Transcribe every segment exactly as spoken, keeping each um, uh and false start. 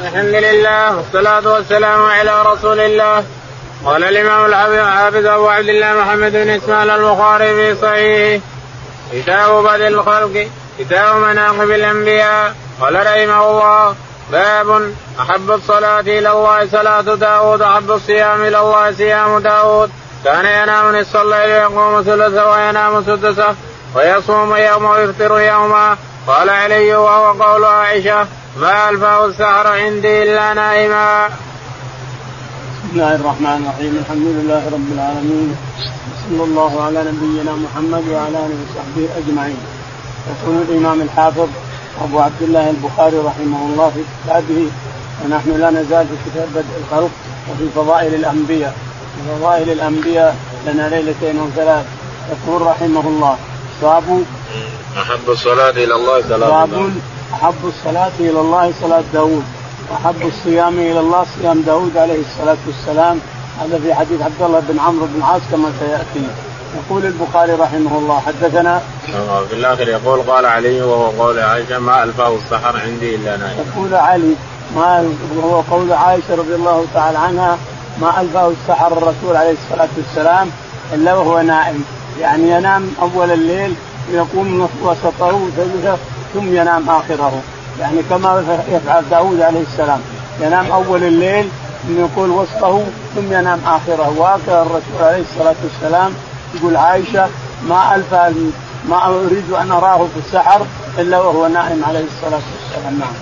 الحمد لله والصلاة والسلام على رسول الله. قال الإمام الحافظ أبو عبد الله محمد بن إسماعيل البخاري في صحيحه كتاب بدء الخلق كتاب مناقب الأنبياء. قال رحمه الله: باب أحب الصلاة إلى الله صلاة داود أحب الصيام إلى الله صيام داود كان ينام نصف الليل ويقوم ثلثه وينام سدسه ويصوم يوم ويفطر يوما. قال علي وهو قول عائشة: ما ألفه السحر عندي إلا نائما. بسم الله الرحمن الرحيم. الحمد لله رب العالمين، صلى الله على نبينا محمد وعلى آله وصحبه أجمعين. يقول الإمام الحافظ أبو عبد الله البخاري رحمه الله في كتابه، ونحن لا نزال في كتاب بدء الخلق وفي فضائل الأنبياء. في فضائل الأنبياء لنا ليلتين وثلاث. يقول رحمه الله: باب أحب الصلاة إلى الله صلاة داود أحب الصلاة إلى الله صلاة داود وأحب الصيام إلى الله صيام داود عليه الصلاة والسلام. هذا في حديث عبد الله بن عمرو بن العاص كما سيأتي. يقول البخاري رحمه الله: حدثنا في الآخر يقول: قال علي وهو قول عائشة: ما ألفه السحر عندي إلا نائم. يقول علي ما هو قول عائشة رضي الله تعالى عنها: ما ألفه السحر الرسول عليه الصلاة والسلام إلا وهو نائم، يعني ينام أول الليل ويقوم وسطه ثلثه ثم ينام آخره، يعني كما يفعل داود عليه السلام، ينام أول الليل ثم يقول وسطه ثم ينام آخره. وهكذا الرسول عليه الصلاة والسلام يقول عائشة: ما ألف ما أريد أن أراه في السحر إلا وهو نائم عليه الصلاة والسلام. نعم.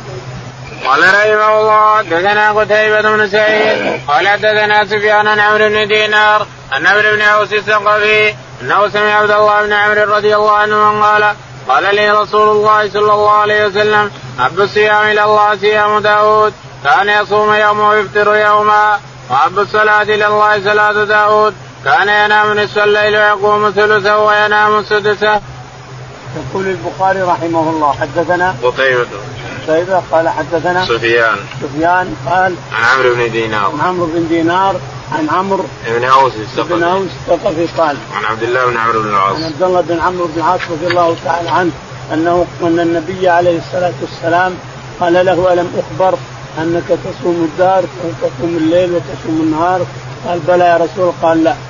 قال رحمه الله: حدثنا قتيبة بن سعيد قال حدثنا سفيان عن عمرو بن دينار عن عمرو بن أوس الثقفي أنه سمع عبد الله بن عمرو رضي الله عنه قال: قال لي رسول الله صلى الله عليه وسلم: أحب الصيام إلى الله صيام داود كان يصوم يوما ويفطر يوما، وأحب الصلاة إلى الله صلاة داود كان ينام نصف الليل ويقوم ثلثه وينام سدسه. يقول البخاري رحمه الله: حدثنا قتيبة قتيبة قال حدثنا سفيان سفيان قال عن عمرو بن دينار عن عمرو بن دينار عن عمرو بن أوس الثقفي قال عن عبد الله بن عمرو بن العاص عن عبد الله بن عمرو بن العاص رضي الله تعالى عنه أنه أن النبي عليه الصلاة والسلام قال له: ألم أخبر أنك تصوم الدار وتصوم الليل وتصوم النهار؟ قال: بلى يا رسول. قال: لا،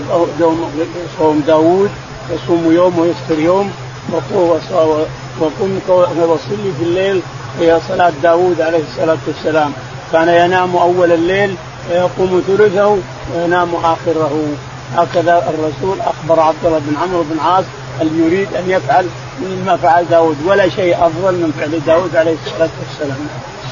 صوم داود يصوم يوم ويفطر يوم، وقم وصلي في الليل هي صلاة داود عليه الصلاة والسلام. كان ينام أول الليل ويقوم ثلثه وينام آخره. هكذا الرسول أخبر عبد الله بن عمرو بن العاص اللي يريد أن يفعل مما فعل داود، ولا شيء أفضل من فعل داود عليه الصلاة والسلام.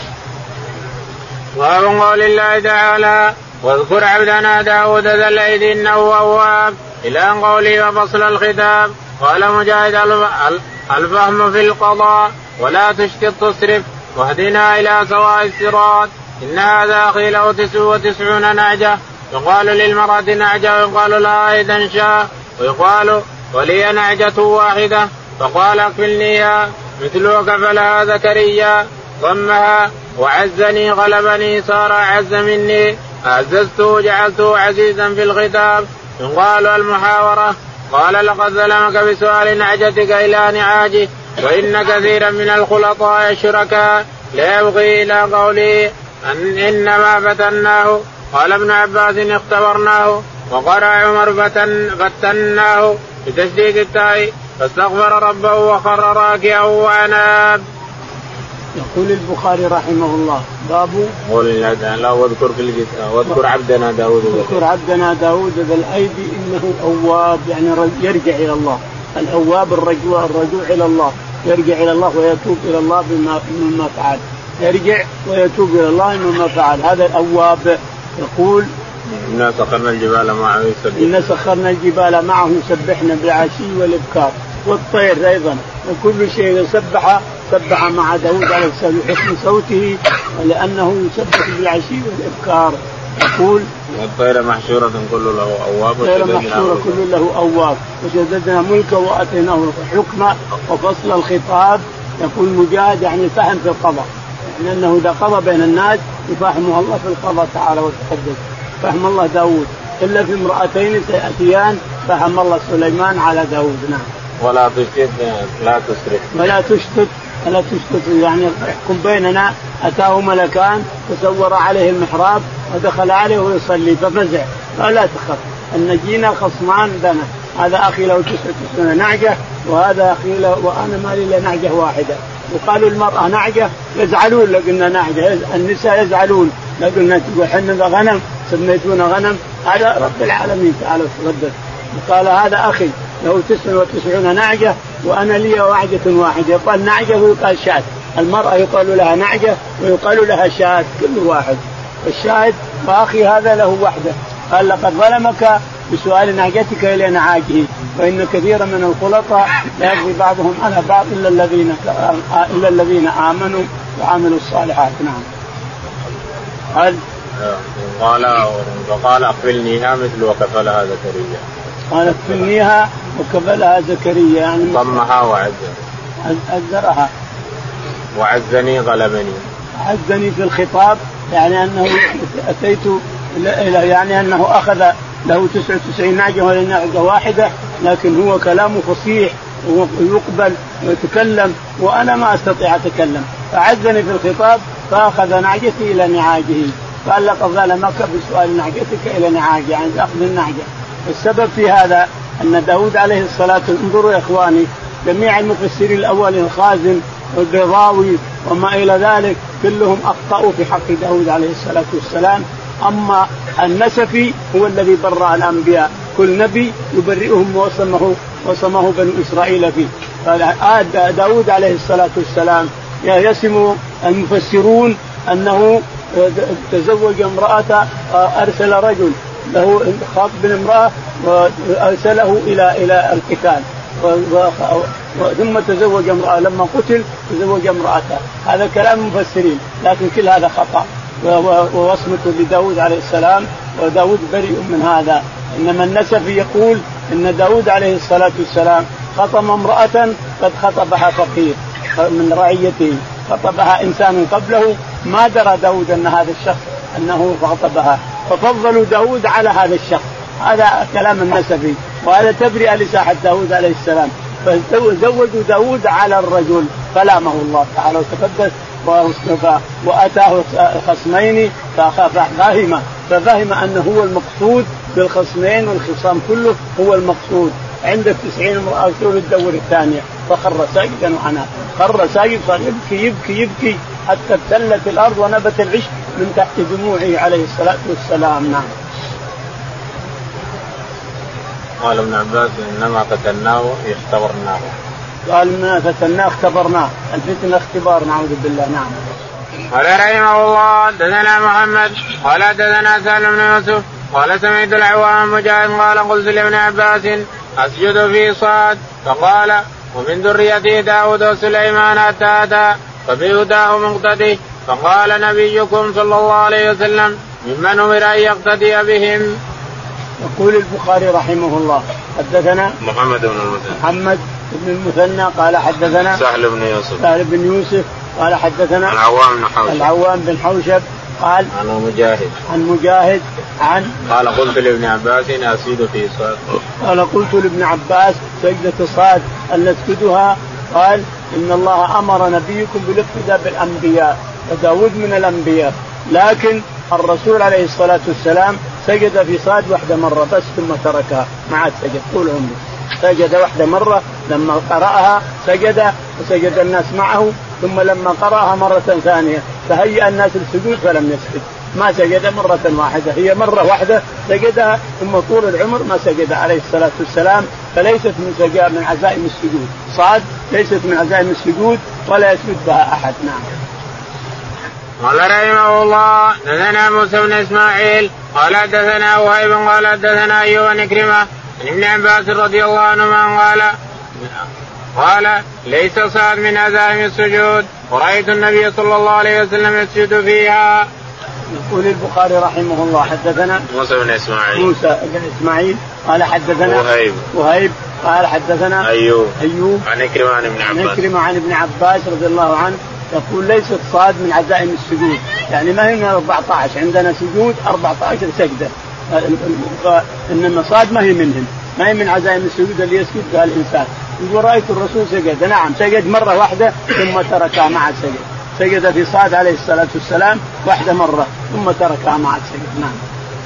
ومن قول الله تعالى: واذكر عبدنا داود ذا الأيد إنه أواب، إلى أن قوله وفصل الختام. قال مجاهد: الفهم في القضاء ولا تشتت تصرف، واهدنا إلى سواء الصراط. إن هذا أخي له تسع وتسعون نعجة، يقال للمرأة نعجة ويقال لها أيضا شاة، ويقال ولي نعجة واحدة، فقال: اكفلنيها مثل كفلها زكريا، ضمها وعزني غلبني صار أعز مني، أعززته جعلته عزيزا في الخطاب. يقال المحاورة. قال: لقد ظلمك بسؤال نعجتك إلى نعاجه، وإن كثيرا من الخلطاء الشركاء لا يبغي إلى قوله أن إنما فتناه. قال ابن عباس: اختبرناه. وقرأ عمر: فتن فتناه بتشديد التاء، فاستغفر ربه وخر راكعا وأناب. يقول البخاري رحمه الله: باب قول الله تعالى: واذكر في الكتاب واذكر عبدنا داود واذكر عبدنا داود ذا الأيدي إنه أواب، يعني يرجع إلى الله. الأواب الرجوع الرجوع إلى الله، يرجع إلى الله ويتوب إلى الله مما فعل، يرجع ويتوب إلى الله مما فعل، هذا الأواب. يقول: إنا سخرنا الجبال معه يسبحن إنا سخرنا الجبال معه يسبحن بالعشي والإبكار، والطير أيضا، وكل شيء سبح سبح مع داود عليه السلام بحسن صوته، لأنه يسبح بالعشي والإبكار. يقول: والطير محشورة كل له أواب، الطير محشورة كل له أواب، وشددنا ملكا وأتيناه حكما وفصل الخطاب. يقول مجاهد: يعني فهم في القضاء، لأنه إذا قضى بين الناس يفهمه الله في القضاء تعالى وتقدس. فهم الله داود إلا في امرأتين سيأتيان، فهم الله سليمان على داود. نعم. ولا تشتت لا تسرف ولا تشتت ألا تسكت يعني يحكم بيننا. أتاه ملكان تصور عليه المحراب ودخل عليه ويصلي ففزع قال لا تخف أن جينا خصمان بنا، هذا أخي له تسعة وتسعين نعجة وهذا أخي له وأنا مالي إلا نعجة واحدة. وقالوا المرأة نعجة يزعلون لقلنا نعجة، النساء يزعلون لقلنا وحنا غنم سميتونا غنم. هذا رب العالمين تعالى تقدس قال هذا أخي له تسعة وتسعين نعجة وأنا لي نعجة واحدة. يقال نعجة ويقال شاة، المرأة يقال لها نعجة ويقال لها شاة كل واحد. الشاهد فأخي هذا له وحده. قال لقد ظلمك بسؤال نعجتك إلى نعاجه وإن كثيرا من الخلطاء لا يبغي بعضهم على بعض إلا الذين إلا الذين آمنوا وعملوا الصالحات. نعم. قال قال فقال أقبلنيها مثل وكفلها زكريا. قال أكفلنيها وكفلها زكريا يعني ضمها وعزها أزرها وعزني غلبني. عزني في الخطاب يعني أنه أتيت إلى يعني أنه أخذ له تسعة وتسعين نعجة ولا نعجة واحدة، لكن هو كلامه فصيح ويقبل ويتكلم وأنا ما أستطيع أتكلم، فعزني في الخطاب فأخذ نعجتي إلى نعاجه. قال لقد ظلمك بسؤال نعجتك إلى نعاجه يعني أخذ النعجة. السبب في هذا أن داود عليه الصلاة والسلام، انظروا يا إخواني جميع المفسرين الأولين الخازن والبيضاوي وما إلى ذلك كلهم أخطأوا في حق داود عليه الصلاة والسلام. أما النسفي هو الذي برأ الأنبياء، كل نبي يبرئهم وصمه وصمه بنو إسرائيل فيه. داود عليه الصلاة والسلام يسم المفسرون أنه تزوج امرأة، أرسل رجل له خاطب امرأة وأرسله إلى إلى القتال ثم تزوج امرأة، لما قتل تزوج امرأته. هذا كلام المفسرين لكن كل هذا خطأ ووصمته لداود عليه السلام وداود بريء من هذا. إنما النسفي يقول إن داود عليه الصلاة والسلام خطب امرأة قد خطبها فقير من رعيته، خطبها إنسان قبله ما درى داود أن هذا الشخص أنه خطبها، ففضلوا داود على هذا الشخص. هذا كلام النسفي وهذا تبرئة لساحة داود عليه السلام. فزوجوا داود على الرجل فلامه الله تعالى وتقدس وأتاه خصمين ففهم ففهم أنه هو المقصود بالخصمين والخصام كله هو المقصود. عندك تسعين امرأة الدور الثانية فخر ساجدا وعناه، خر ساجد صار يبكي يبكي يبكي حتى ابتلت الأرض ونبت العشب من تحت دموعه عليه الصلاة والسلام. نعم. قال ابن عباس إنما فتناه اختبرناه. قال إنما فتناه اختبرناه، الفتنة اختبار نعوذ بالله. نعم. قال رحمه الله دثنا محمد قال دثنا سهل بن يوسف قال سمعت العوام مجاهد قال قلت لابن عباس أسجد في صاد فقال ومن ذريته داود وسليمان أتى فبهداه مقتدي. فقال نبيكم صلى الله عليه وسلم ممن أمر أن يقتدي بهم. يقول البخاري رحمه الله حدثنا محمد بن المثنى محمد بن المثنى قال حدثنا سهل بن يوسف سهل بن يوسف قال حدثنا العوام بن حوشب العوام بن حوشب قال عن مجاهد عن مجاهد عن قال قلت لابن عباس أسجد في صاد قال قلت لابن عباس سجدة صاد أن نسجدها. قال إن الله أمر نبيكم بالاقتداء بالأنبياء وداود من الأنبياء، لكن الرسول عليه الصلاة والسلام سجد في صاد واحدة مرة بس ثم تركها ما عاد سجد طول عمره. سجد واحدة مرة لما قرأها سجد وسجد الناس معه، ثم لما قرأها مرة ثانية تهيأ الناس السجود فلم يسجد، ما سجد مرة واحدة، هي مرة واحدة سجدها ثم طول العمر ما سجد عليه الصلاة والسلام. فليست من سجاد من عزائم السجود، صاد ليست من عزائم السجود ولا يسجد بها أحد. نعم. قال رحمه الله دثنا موسى بن إسماعيل قال دثنا وهيب قال دثنا أيوب بن كريمة ابن عباس رضي الله عنهما قال قال ليس صاد من عزائم السجود ورأيت النبي صلى الله عليه وسلم يسجد فيها. يقول البخاري رحمه الله حدثنا موسى بن إسماعيل موسى بن إسماعيل قال حدثنا وهيب وهيب قال حدثنا أيوب أيوب عن إكرمة عن ابن عباس إكرمة عن ابن عباس رضي الله عنه يقول ليست صاد من عزائم السجود، يعني ما هي من أربعة عشر، عندنا سجود أربعة عشر سجدة، إنما صاد ما هي منهم، ما هي من عزائم السجود اللي يسجد بها الإنسان، يقول رأيت الرسول سجد، نعم سجد مرة واحدة ثم تركها مع السجد، سجد في صاد عليه الصلاة والسلام واحدة مرة ثم تركها مع السجد. نعم.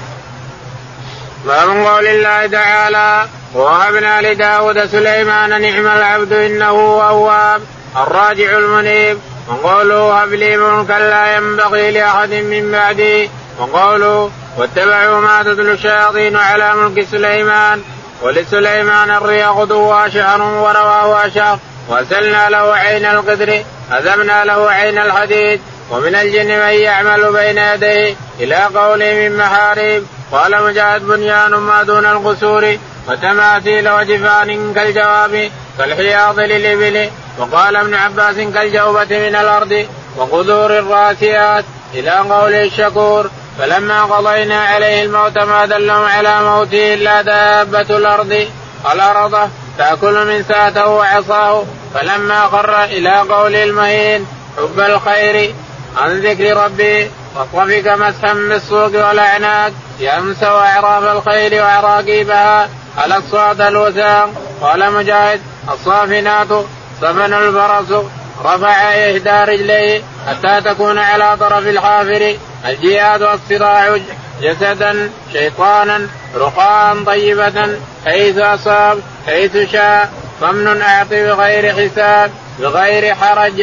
باب قول الله تعالى ووهبنا لداود سليمان نعم العبد إنه أواب الراجع المنيب، وقوله هب لي ملكا لا ينبغي لأحد من بعدي، وقوله واتبعوا ما تتلو الشياطين على ملك سليمان ولسليمان الريح غدوها شهر ورواها شهر وأسلنا له عين القدر أذبنا له عين الحديد، ومن الجن من يعمل بين يديه إلى قوله من محاريب. قال مجاهد بنيان ما دون القصور وتماثيل وجفان كالجواب كالحياض للإبل. وقال ابن عباس كالجوبة من الأرض وقدور الراسيات إلى قوله الشكور. فلما قضينا عليه الموت ما دلهم على موته إلا دابة الأرض الأرض تأكل من ساته وعصاه. فلما خر إلى قول المهين حب الخير عن ذكر ربي وطفق مسحا بالسوق والأعناق يمس وأعراف الخير وعراقيبها على الصعد الوثاق. قال مجاهد الصافنات صفن الفرس رفع إحدى رجليه حتى تكون على طرف الحافر. الجهاد والصراع جسدا شيطانا رقاء طيبة حيث أصاب حيث شاء فمن أعطي بغير حساب بغير حرج.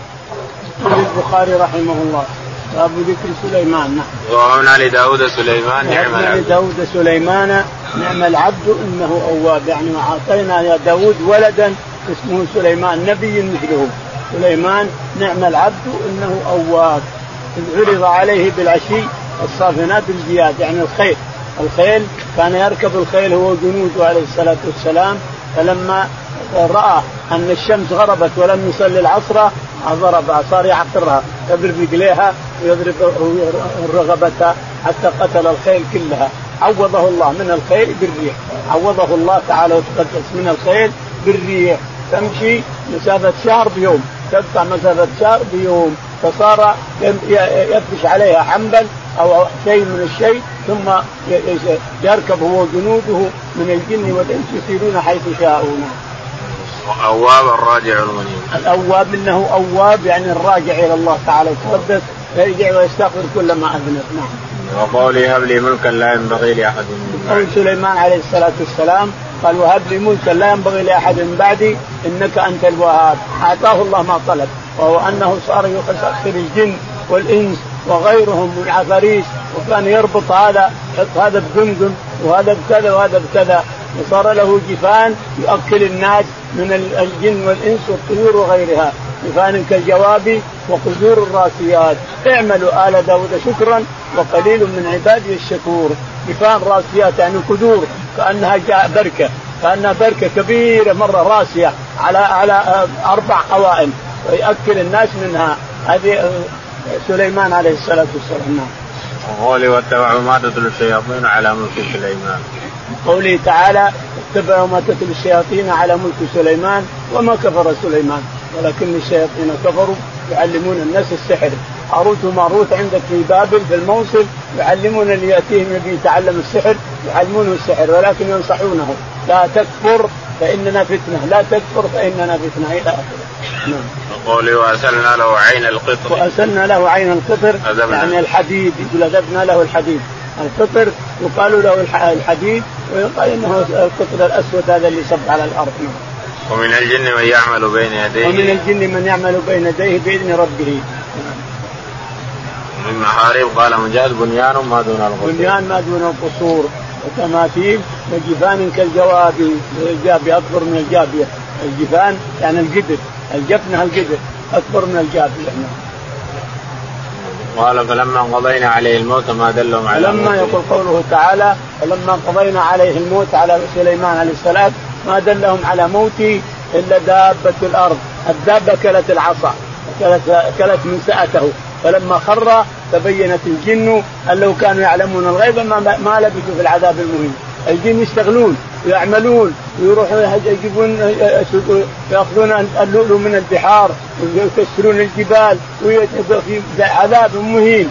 البخاري رحمه الله باب ذكر سليمان. ووهبنا لداود سليمان نعم العبد لداود سليمان نعم العبد إنه أواب، يعني أعطينا يا داود ولدا اسمه سليمان نبي مثله سليمان نعم العبد إنه أواب. عرض عليه بالعشي الصافنات الجياد يعني الخيل الخيل كان يركب الخيل هو جنوده عليه الصلاة والسلام. فلما رأى أن الشمس غربت ولم يصلي العصر ضربها صار يعقرها يضرب رجليها ويضرب رغبتها حتى قتل الخيل كلها. عوضه الله من الخيل بالريح، عوضه الله تعالى وتقدس من الخيل بالريح تمشي مسافة شهر بيوم تقطع مسافة شهر بيوم. فصار يفرش عليها حنبل أو شيء من الشيء ثم يركب هو جنوده من الجن والإنس يسيرون حيث شاءون. أواب الراجع المنيب. الأواب إنه أواب يعني الراجع إلى الله تعالى وتقدس يرجع ويستغفر كل ما أذنب. نعم. وقوله هب لي ملكا لا ينبغي لأحد من بعدي. سليمان عليه الصلاة والسلام قال وهب لي ملكا لا ينبغي لأحد من بعدي إنك أنت الوهاب. أعطاه الله ما طلب وهو أنه صار يسخر الجن والإنس وغيرهم من عفاريس وكان يربط هذا يحط هذا بجمجم وهذا بكذا وهذا بكذا وصار له جفان يؤكل الناس من الجن والإنس والطيور وغيرها جفان كالجواب وقدور الراسيات. اعملوا آل داود شكرا وقليل من عبادي الشكور. جفان راسيات يعني قدور كأنها جاء بركة كأنها بركة كبيرة مرة راسية على على أربع قوائم ويأكل الناس منها. هذه سليمان عليه الصلاة والسلام. قوله واتبعوا ما تتلو الشياطين على ملك سليمان. قوله تعالى اتبعوا ما تتلو الشياطين على ملك سليمان وما كفر سليمان ولكن الشياطين كفروا يعلمون الناس السحر. هاروت وماروت عندك في بابل في الموصل يعلمون اللي يأتيهم يبي يتعلم السحر يعلمونه السحر ولكن ينصحونه لا تكفر فإننا فتنة لا تكفر فإننا فتنة إلى آخره. نعم. قوله وأسلنا له عين القطر. وأسلنا له عين القطر يعني الحديد يقول أذبنا له الحديد القطر يقال له الحديد ويقال إنه القطر الأسود هذا اللي صب على الأرض. ومن الجن من يعمل بين يديه ومن الجن من يعمل بين يديه بإذن ربه. من محاريب قال مجاهد بنيان ما دون القصور. بنيان ما دون القصور وتماثيل وجفان كالجواب الجابية أكبر من الجابية. الجفان يعني القدر الجفنة القدر أكبر من الجابية. قال فلما قضينا عليه الموت ما دلهم على لما يقول قوله تعالى فلما قضينا عليه الموت على سليمان عليه السلام ما دلهم على موته إلا دابة الأرض. الدابة كلت العصا كلت من سأته فلما خر تبينت الجن أن لو كانوا يعلمون الغيب ما, ما لبثوا في العذاب المهين. الجن يشتغلون ويعملون ويروحوا يجيبون يأخذون اللؤلؤ من البحار ويكسرون الجبال وفي عذاب مهين.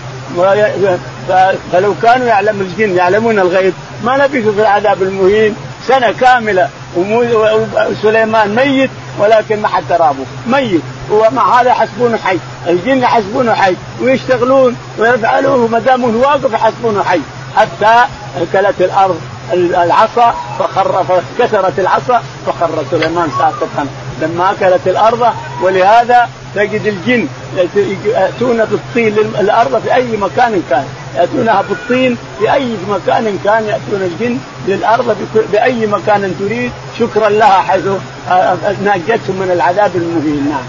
فلو كانوا يعلم الجن يعلمون الغيب ما لبثوا في العذاب المهين سنة كاملة وسليمان ميت ولكن ما حد رابه ميت، ومع هذا يحسبونه حي، الجن يحسبونه حي ويشتغلون ويفعلون ما دام هو واقف يحسبونه حي، حتى أكلت الأرض العصا فخر فكسرت العصا فخر سليمان ساقطا لما أكلت الأرض. ولهذا تجد الجن يأتون بالطين للأرض في أي مكان كان، يأتونها بالطين في أي مكان كان، يأتون الجن للأرض بأي مكان تريد شكرا لها حيث نجتهم من العذاب المهين. نعم.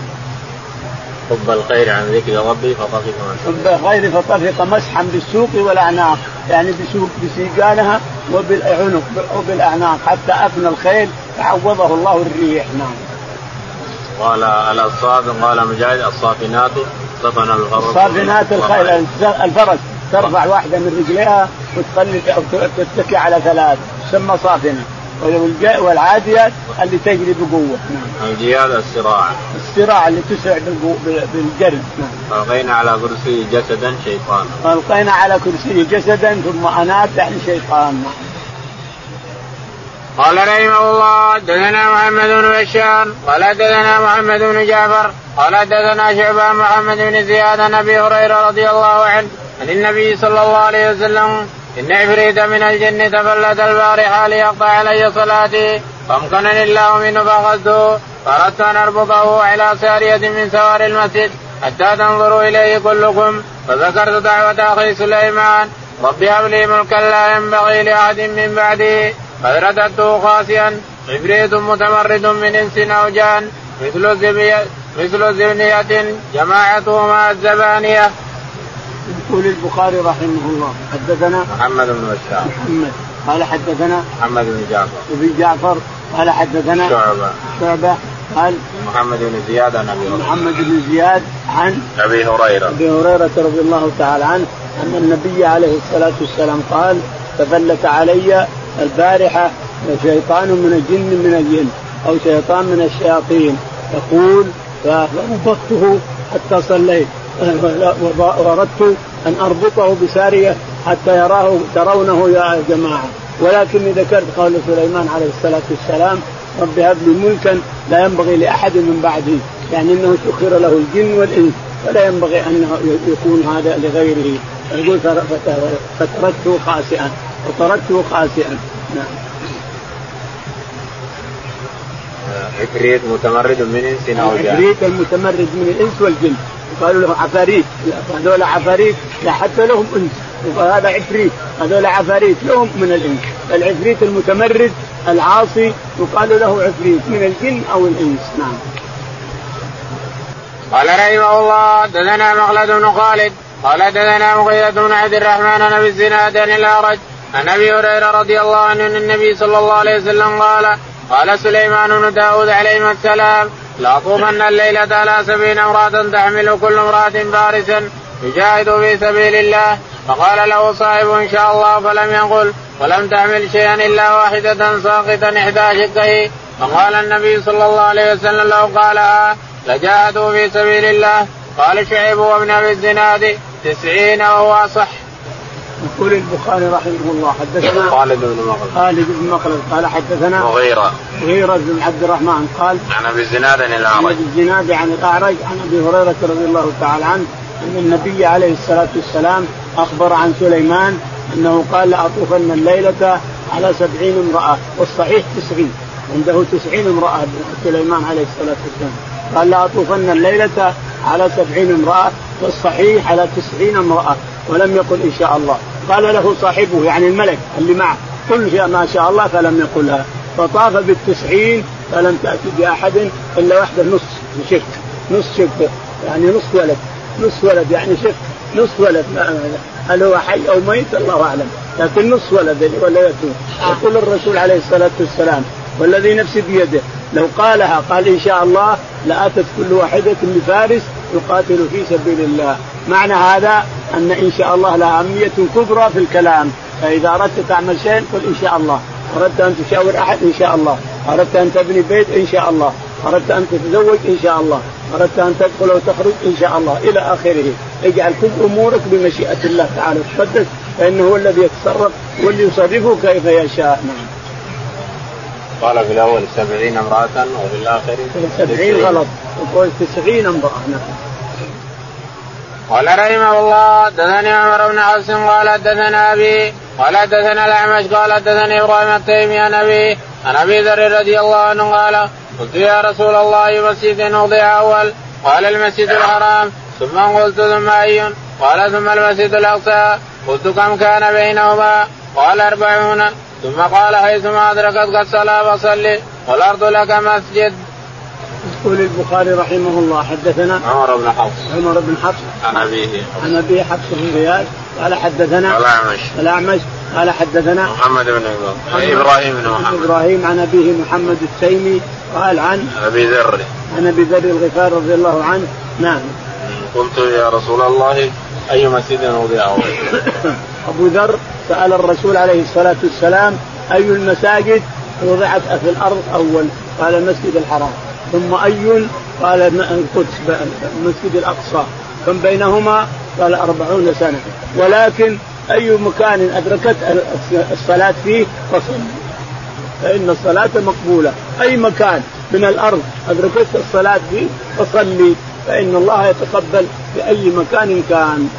حب الخير عن ذكر ربي فطفق مسحا. حب الخير فطفق مسحا بالسوق والأعناق، يعني بسوق بسيقانها وبالعنق وبالأعناق حتى أفنى الخيل فعوضه الله الريح. نعم. قال الأصاب قال مجاهد الصافنات صفن الفرس. الصافنات الخيل الفرس ترفع واحدة من رجليها وتخلي تتكي على ثلاث تسمى صافنة، والعاديات اللي تجري بقوة. نعم. الجياد الصراع الصراع اللي تسرع بالجري. نعم. ألقينا على كرسي جسدا شيطانا. ألقينا على كرسي جسدا ثم أنات يعني شيطان. قال رحمه الله دثنا محمد بن بشار قال دثنا محمد بن جعفر قال دثنا شعبان محمد بن زياد عن أبي هريرة رضي الله عنه عن النبي صلى الله عليه وسلم إن عفريت من الجن تفلت البارحة ليقطع علي صلاتي فامكنني الله منه فأخذته فأردت أن أربطه على سارية من سوار المسجد حتى تنظروا إليه كلكم، فذكرت دعوة أخي سليمان رب هب لي ملكا لا ينبغي لأحد من بعدي فرددته خاسئا عفريت متمرد من إنس أو جان مثل زبنية مثل زبنية جماعته مع الزبانية. يقول البخاري رحمه الله حدثنا محمد بن بشار محمد قال حدثنا محمد بن جعفر بن جعفر قال حدثنا شعبة شعبة قال محمد بن زياد عن أبي هريرة محمد بن زياد عن أبي هريرة أبي هريرة رضي الله تعالى عنه أن النبي عليه الصلاة والسلام قال تفلت علي البارحة شيطان من الجن من الجن أو شيطان من الشياطين يقول فربطته حتى صليت وأردت أن أربطه بسارية حتى يراه ترونه يا جماعة، ولكني ذكرت قول سليمان عليه الصلاة والسلام رب هب لي ملكا لا ينبغي لأحد من بعدي، يعني أنه سخر له الجن والإنس ولا ينبغي أن يكون هذا لغيره. يقول فتركته خاسئا وتركته خاسئا. نعم. عفريت متمرد من إنس أو جان. عفريت المتمرد من الإنس والجن قالوا له عفاريت، هذول عفاريت لا حتى لهم انس، وهذا عفريت هذول عفاريت لهم من الانس. العفريت المتمرد العاصي يقال له عفريت من الجن او الانس. نعم. قال رحمه الله دثنا مخلد بن خالد قال دثنا مغيرة بن عبد الرحمن عن ابي الزناد عن الأعرج عن ابي هريرة رضي الله عنه ان النبي صلى الله عليه وسلم قال قال سليمان بن داود عليه السلام لا طوفن الليلة على سبعين امرأة تحمل كل امرأة فارسا يجاهد في سبيل الله، فقال له صاحب إن شاء الله فلم يقل ولم تحمل شيئا إلا واحدة ساقطا إحدى شقيه، فقال النبي صلى الله عليه وسلم لو قالها لجاهدوا في سبيل الله. قال شعيب وابن أبي الزناد تسعين وهو صح. يقول البخاري رحمه الله حدثنا خالد بن مخلد خالد بن مخلد قال حدثنا مغيرة مغيرة بن عبد الرحمن قال عن ابي الزناد عن الأعرج عن الزناد عن الأعرج عن ابي هريرة رضي الله تعالى عنه ان النبي عليه الصلاة والسلام اخبر عن سليمان انه قال لأطوفن الليلة على سبعين امرأة، والصحيح تسعين، عنده تسعين امرأة سليمان عليه الصلاة والسلام قال لأطوفن الليلة على سبعين امرأة، والصحيح على تسعين امرأة ولم يقل إن شاء الله. قال له صاحبه يعني الملك اللي معه قل ما شاء الله فلم يقلها، فطاف بالتسعين فلم تأتي بأحد إلا واحدة نص شك نص شك يعني نص ولد نص ولد يعني شك نص ولد، هل هو حي أو ميت الله أعلم، لكن نص ولد ولدته. يقول الرسول عليه الصلاة والسلام والذي نفسي بيده لو قالها قال إن شاء الله لأتت كل واحدة لفارس يقاتل في سبيل الله. معنى هذا أن إن شاء الله لها أهمية كبرى في الكلام، فإذا أردت تعمل شيء قل إن شاء الله، أردت أن تشاور أحد إن شاء الله، أردت أن تبني بيت إن شاء الله، أردت أن تتزوج إن شاء الله، أردت أن تدخل وتخرج إن شاء الله إلى آخره. اجعل كل أمورك بمشيئة الله تعالى تقدس، فإنه هو الذي يتصرف واللي يصرفه كيف يشاء. قال في الأول سبعين امرأة وفي الآخر سبعين غلط وقول تسعين امرأة. قال رحمه الله دثني عمر بن حفص قال دثنا أبي قال دثنا الأعمش قال دثني إبراهيم التيمي عن أبي عن أبي ذر رضي الله عنه قال قلت يا رسول الله مسجد وضع أول قال المسجد الحرام ثم قلت ثم أي قال ثم المسجد الأقصى قلت كم كان بينهما قال أربعون ثم قال حيثما أدركتك الصلاة فصلي والأرض لك مسجد. يقول البخاري رحمه الله حدثنا عمر بن حفص عمر بن حفص عن أبيه عن أبيه حفص بن غياث قال حدثنا الأعمش الأعمش قال حدثنا محمد بن إبراهيم إبراهيم بن محمد إبراهيم عن أبيه محمد التيمي قال عن أبي ذر عن أبي ذر الغفار رضي الله عنه. نعم. قلت يا رسول الله أي مسجد وضع أول. أبو ذر سأل الرسول عليه الصلاة والسلام أي المساجد وضعت في الأرض أول قال المسجد الحرام ثم أي قال القدس المسجد الأقصى كم بينهما قال أربعون سنة ولكن أي مكان أدركت الصلاة فيه فصل فإن الصلاة مقبولة أي مكان من الأرض أدركت الصلاة فيه فصلي فإن الله يتقبل في أي مكان كان.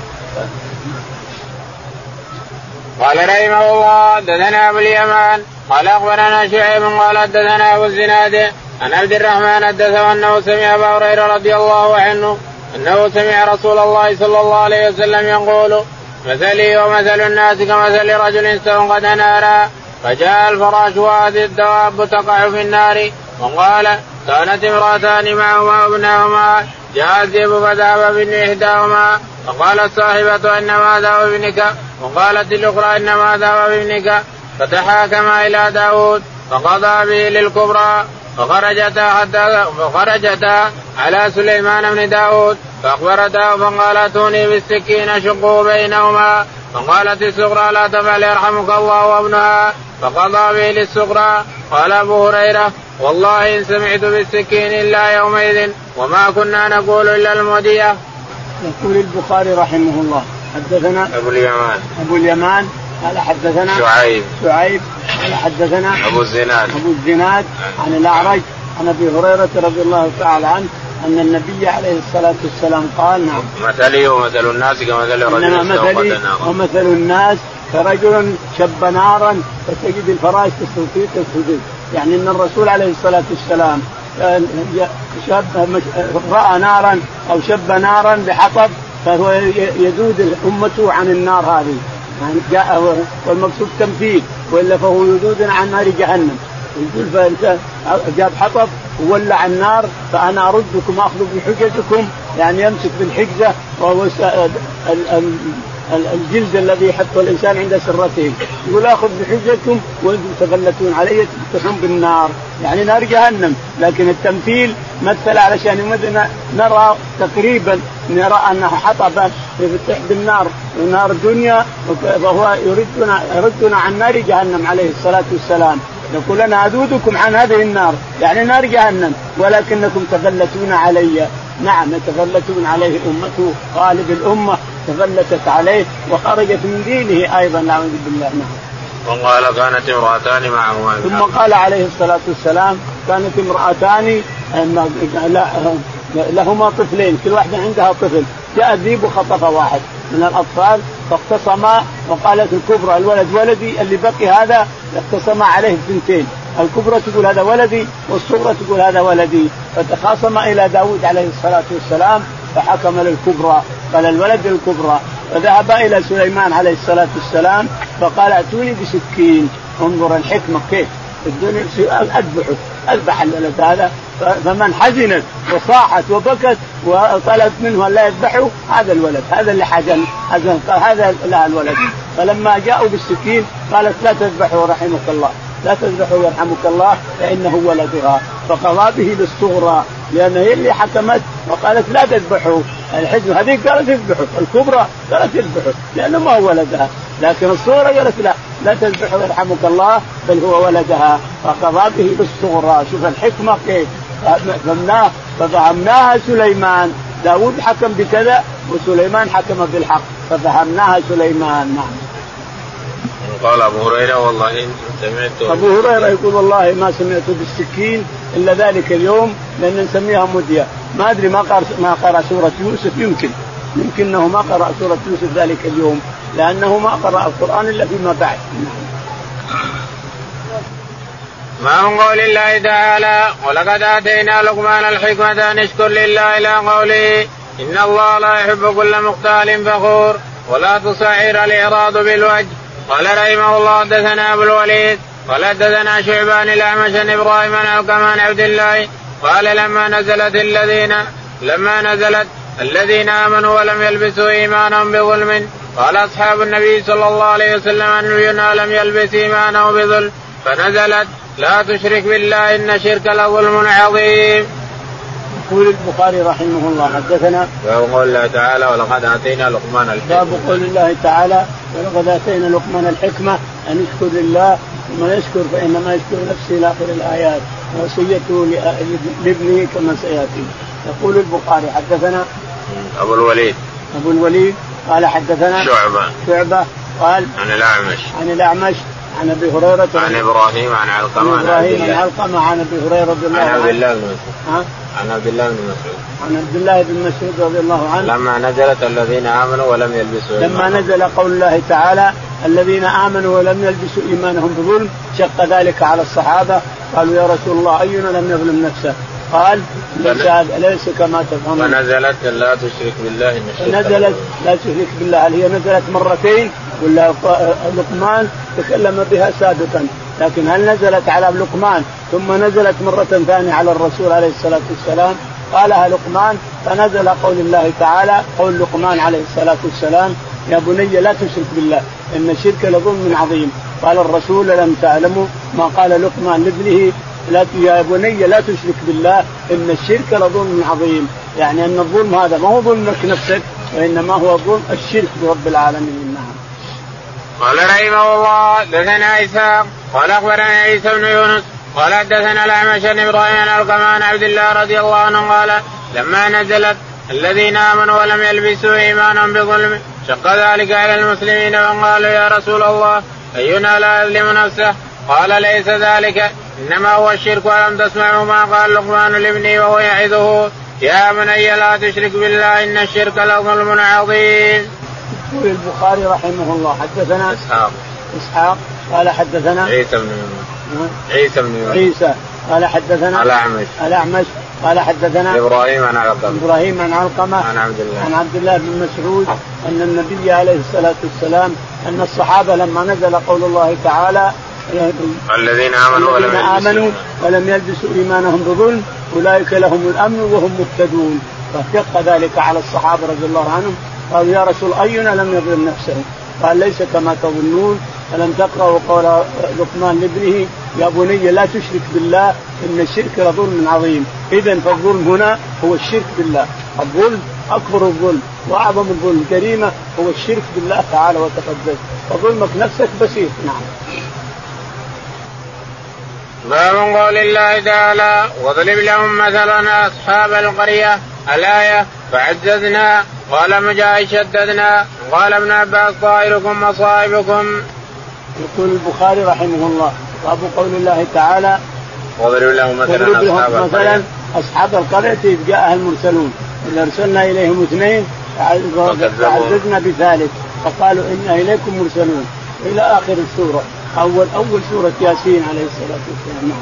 قال رحمه الله دثنا أبو اليمان قال أخبرنا شعيب قال دثنا أبو الزناد عن عبد الرحمن حدثه أنه سمع أبا هريرة رضي الله عنه أنه سمع رسول الله صلى الله عليه وسلم يقول مثلي ومثل الناس كمثل رجل استوقد نارا فجاء الفراش وهذه الدواب تقع في النار وقال كانت امرأتان معهما وابنهما جاء الذئب فذهب بابن إحداهما فقالت صاحبة إنما ذهب بابنك وقالت الأخرى إنما ذهب بابنك فتحاكما إلى داود فقضى به للكبرى فخرجتا حتى فخرجتا على سليمان بن داود فأخبرته فقال اتوني بالسكين شقوا بينهما فقالت الصغرى لا تفعل يرحمك الله وابنها فقضى به للصغرى. قال أبو هريرة والله إن سمعت بالسكين إلا يومئذ وما كنا نقول إلا المودية. يقول البخاري رحمه الله حدثنا أبو اليمان أبو اليمان قال حدثنا شعيب شعيب قال حدثنا أبو الزناد أبو الزناد عن الأعرج عن أبي هريرة رضي الله تعالى عنه أن النبي عليه الصلاة والسلام قال نعم مثلي ومثل الناس كمثل رجل مثلي ومثل الناس كرجل شب نارا فتجد الفراش تستطيع تستطيع يعني أن الرسول عليه الصلاة والسلام شاب رأى نارا أو شب نارا بحطب فهو يذود أمته عن النار هذه يعني جاء والمقصود تمثيل وإلا فهو يذود عن نار جهنم يقول جاب حطب وولع النار فأنا أردكم أخذ بحجتكم يعني يمسك بالحجزة وهو الجلد الذي يحطه الإنسان عند سرته يقول أخذ بحجتكم وأنتم تفلتون علي تفتحون بالنار يعني نار جهنم. لكن التمثيل مثل علشان نرى تقريبا نرى أنه حطبا يفتح بالنار ونار دنيا وهو يردنا, يردنا عن نار جهنم عليه الصلاة والسلام يقول أنا أذودكم عن هذه النار يعني نار جهنم ولكنكم تفلتون علي. نعم يتفلتون عليه أمته غالب الأمة تفلتت عليه وخرجت من دينه أيضا نعوذ بالله. نعم. وقال كانت امرأتان معهما ثم قال عليه الصلاة والسلام كانت امرأتان لهما طفلين كل واحدة عندها طفل جاء الذئب وخطف واحد من الأطفال فاختصما وقالت الكبرى الولد ولدي اللي بقي هذا اختصما عليه الثنتين الكبرى تقول هذا ولدي والصغرى تقول هذا ولدي فتخاصم إلى داود عليه الصلاة والسلام فحكم للكبرى قال الولد للكبرى فذهب إلى سليمان عليه الصلاة والسلام فقال اتوني بسكين انظر الحكمة كيف الدنيا أذبحه أذبح الولد هذا فمن حزنت وصاحت وبكت وطلبت منه أن لا يذبحه هذا الولد هذا اللي حزن هذا لا الولد. فلما جاءوا بالسكين قالت لا تذبحه رحمك الله لا تذبحه يرحمك الله فإنه ولدها فقضى به للصغرى لأن هي اللي حكمت وقالت لا تذبحه الحزن هذه قالت تذبحه الكبرى قالت تذبحه لأنه ما هو ولدها لكن الصغرى قالت لا لا تذبحه يرحمك الله بل هو ولدها فقضى به للصغرى. شوف الحكمة كيف فهمناه ففهمناها سليمان داود حكم بكذا وسليمان حكم بالحق ففهمناها سليمان. نعم. قال أبو هريرة والله أبو هريرة يقول والله ما سمعت بالسكين إلا ذلك اليوم لأن نسميها مدية. ما أدري ما قرأ ما قرأ سورة يوسف، يمكن يمكن أنه ما قرأ سورة يوسف ذلك اليوم لأنه ما قرأ القرآن إلا فيما بعد. ما من قول الله تعالى ولقد آتينا لقمان الحكمة أن اشكر لله إلى قوله إن الله لا يحب كل مختال فخور ولا تصعر الإعراض بالوجه. قال رحمه الله حدثنا أبو الوليد قال حدثنا شعبان الأعمش عن إبراهيم عن علقمة عبد الله قال لما نزلت الذين لما نزلت الذين آمنوا ولم يلبسوا إيمانهم بظلم قال أصحاب النبي صلى الله عليه وسلم أن لم يلبس إيمانه بظلم فنزلت لا تشرك بالله إن الشرك لظلم عظيم. يقول البخاري رحمه الله حدثنا باب قول الله تعالى ولقد آتينا لقمان الحكمة. باب قول الله تعالى ولقد آتينا لقمان الحكمة أن يشكر لله ومن يشكر فإنما يشكر نفسه إلى آخر الآيات ووصيته لابنه كما سيأتي. يقول البخاري حدثنا أبو الوليد أبو الوليد قال حدثنا شعبة شعبة قال عن الأعمش عن الأعمش عن أبي هريرة عن إبراهيم عن علقمة عن إبراهيم عن علقمة عن أبي هريرة رضي الله عنه عن عبد الله بن مسعود عن عبد الله بن مسعود عن عبد الله بن مسعود رضي الله عنه لما نزلت الذين آمنوا ولم يلبسوا لما نزل قول الله تعالى الذين آمنوا ولم يلبسوا إيمانهم بظلم شق ذلك على الصحابة قالوا يا رسول الله أينا لم يظلم نفسه قال ليس كما تفهمون. ونزلت لا تشرك بالله إن الشرك نزلت لا تشرك بالله هي نزلت مرتين ولا لقمان تكلم بها سابقا لكن هل نزلت على لقمان ثم نزلت مرة ثانية على الرسول عليه الصلاة والسلام قالها لقمان فنزل قول الله تعالى قول لقمان عليه الصلاة والسلام يا بني لا تشرك بالله إن الشرك لظلم عظيم. قال الرسول لم تعلموا ما قال لقمان لابنه لا يا بني لا تشرك بالله إن الشرك لظلم عظيم يعني أن الظلم هذا ما هو ظلمك نفسك وإنما هو ظلم الشرك برب العالمين. نعم. قال رحمه الله دثنا إسحاق قال أخبرنا عيسى بن يونس قال حدثنا الأعمش عن إبراهيم عن علقمة عن عبد الله رضي الله عنه قال لما نزلت الذين آمنوا ولم يلبسوا إيمانهم بظلم شق ذلك على المسلمين وقالوا يا رسول الله أينا لا يظلم نفسه قال ليس ذلك إنما هو الشرك. ولم تسمعوا ما قال لقمان لابنه وهو يعظه يا بني لا تشرك بالله إن الشرك لظلم عظيم. يقول البخاري رحمه الله حدثنا إسحاق إسحاق قال حدثنا عيسى بن عيسى بن عيسى قال حدثنا الأعمش الأعمش قال حدثنا إبراهيم عن علقمة إبراهيم عن علقمة عن عبد الله عن عبد الله بن مسعود أن النبي عليه الصلاة والسلام أن الصحابة لما نزل قول الله تعالى الذين آمنوا ولم آمنوا ولم يلبسوا إيمانهم بظلم أولئك لهم الأمن وهم مهتدون فشق ذلك على الصحابة رضي الله عنهم قالوا يا رسول أينا لم يظلم نفسه قال ليس كما تظنون. ألم تقرأوا قول لقمان لابنه يا بني لا تشرك بالله إن الشرك لظلم عظيم. إذن فالظلم هنا هو الشرك بالله. الظلم أكبر الظلم وأعظم الظلم جريمة هو الشرك بالله تعالى وتقدس وظلمك نفسك بسيط. نعم. باب قول الله تعالى واضرب لهم مثلا أصحاب القرية الآية فعززنا قال مجاهد شددنا قال ابن عباس طائركم مصائبكم. يقول البخاري رحمه الله باب قول الله تعالى واضرب لهم مثلا أصحاب القرية أصحاب القرية إذ جاءها المرسلون إذ أرسلنا إليهم اثنين فعززنا بثالث فقالوا إنا إليكم مرسلون إلى آخر السورة أول أول سورة ياسين عليه الصلاة والسلام.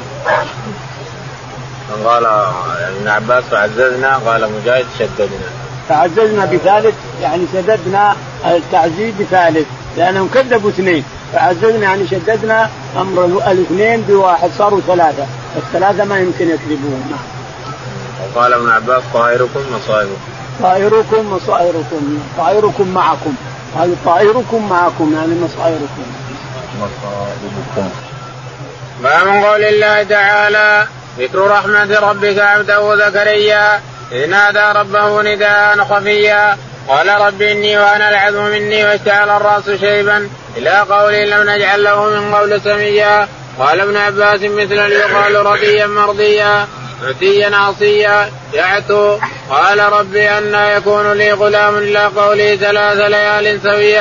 قال ابن عباس فعززنا قال مجاهد شددنا فعززنا بثالث يعني شددنا التعزيز بثالث لأنهم كذبوا اثنين فعززنا يعني شددنا أمر الاثنين بواحد صاروا ثلاثة الثلاثة ما يمكن يكذبون. وقال ابن عباس طائركم مصائبكم طائركم مصائركم طائركم معكم هذا طائركم معكم يعني مصائركم مصائبكم. ما من قول الله تعالى ذكر رحمة ربك عبده زكريا إذ نادى ربه نداء خفيا قال رب إني وأنا العظم مني واشتعل الرأس شيبا إلى قوله لم نجعل له من قول سميا. قال ابن عباس مثل يقال رضيا مرضيا عتيا عصيا يعتو. قال ربي أن يكون لي غلام إلى قوله ثلاث ليال سويا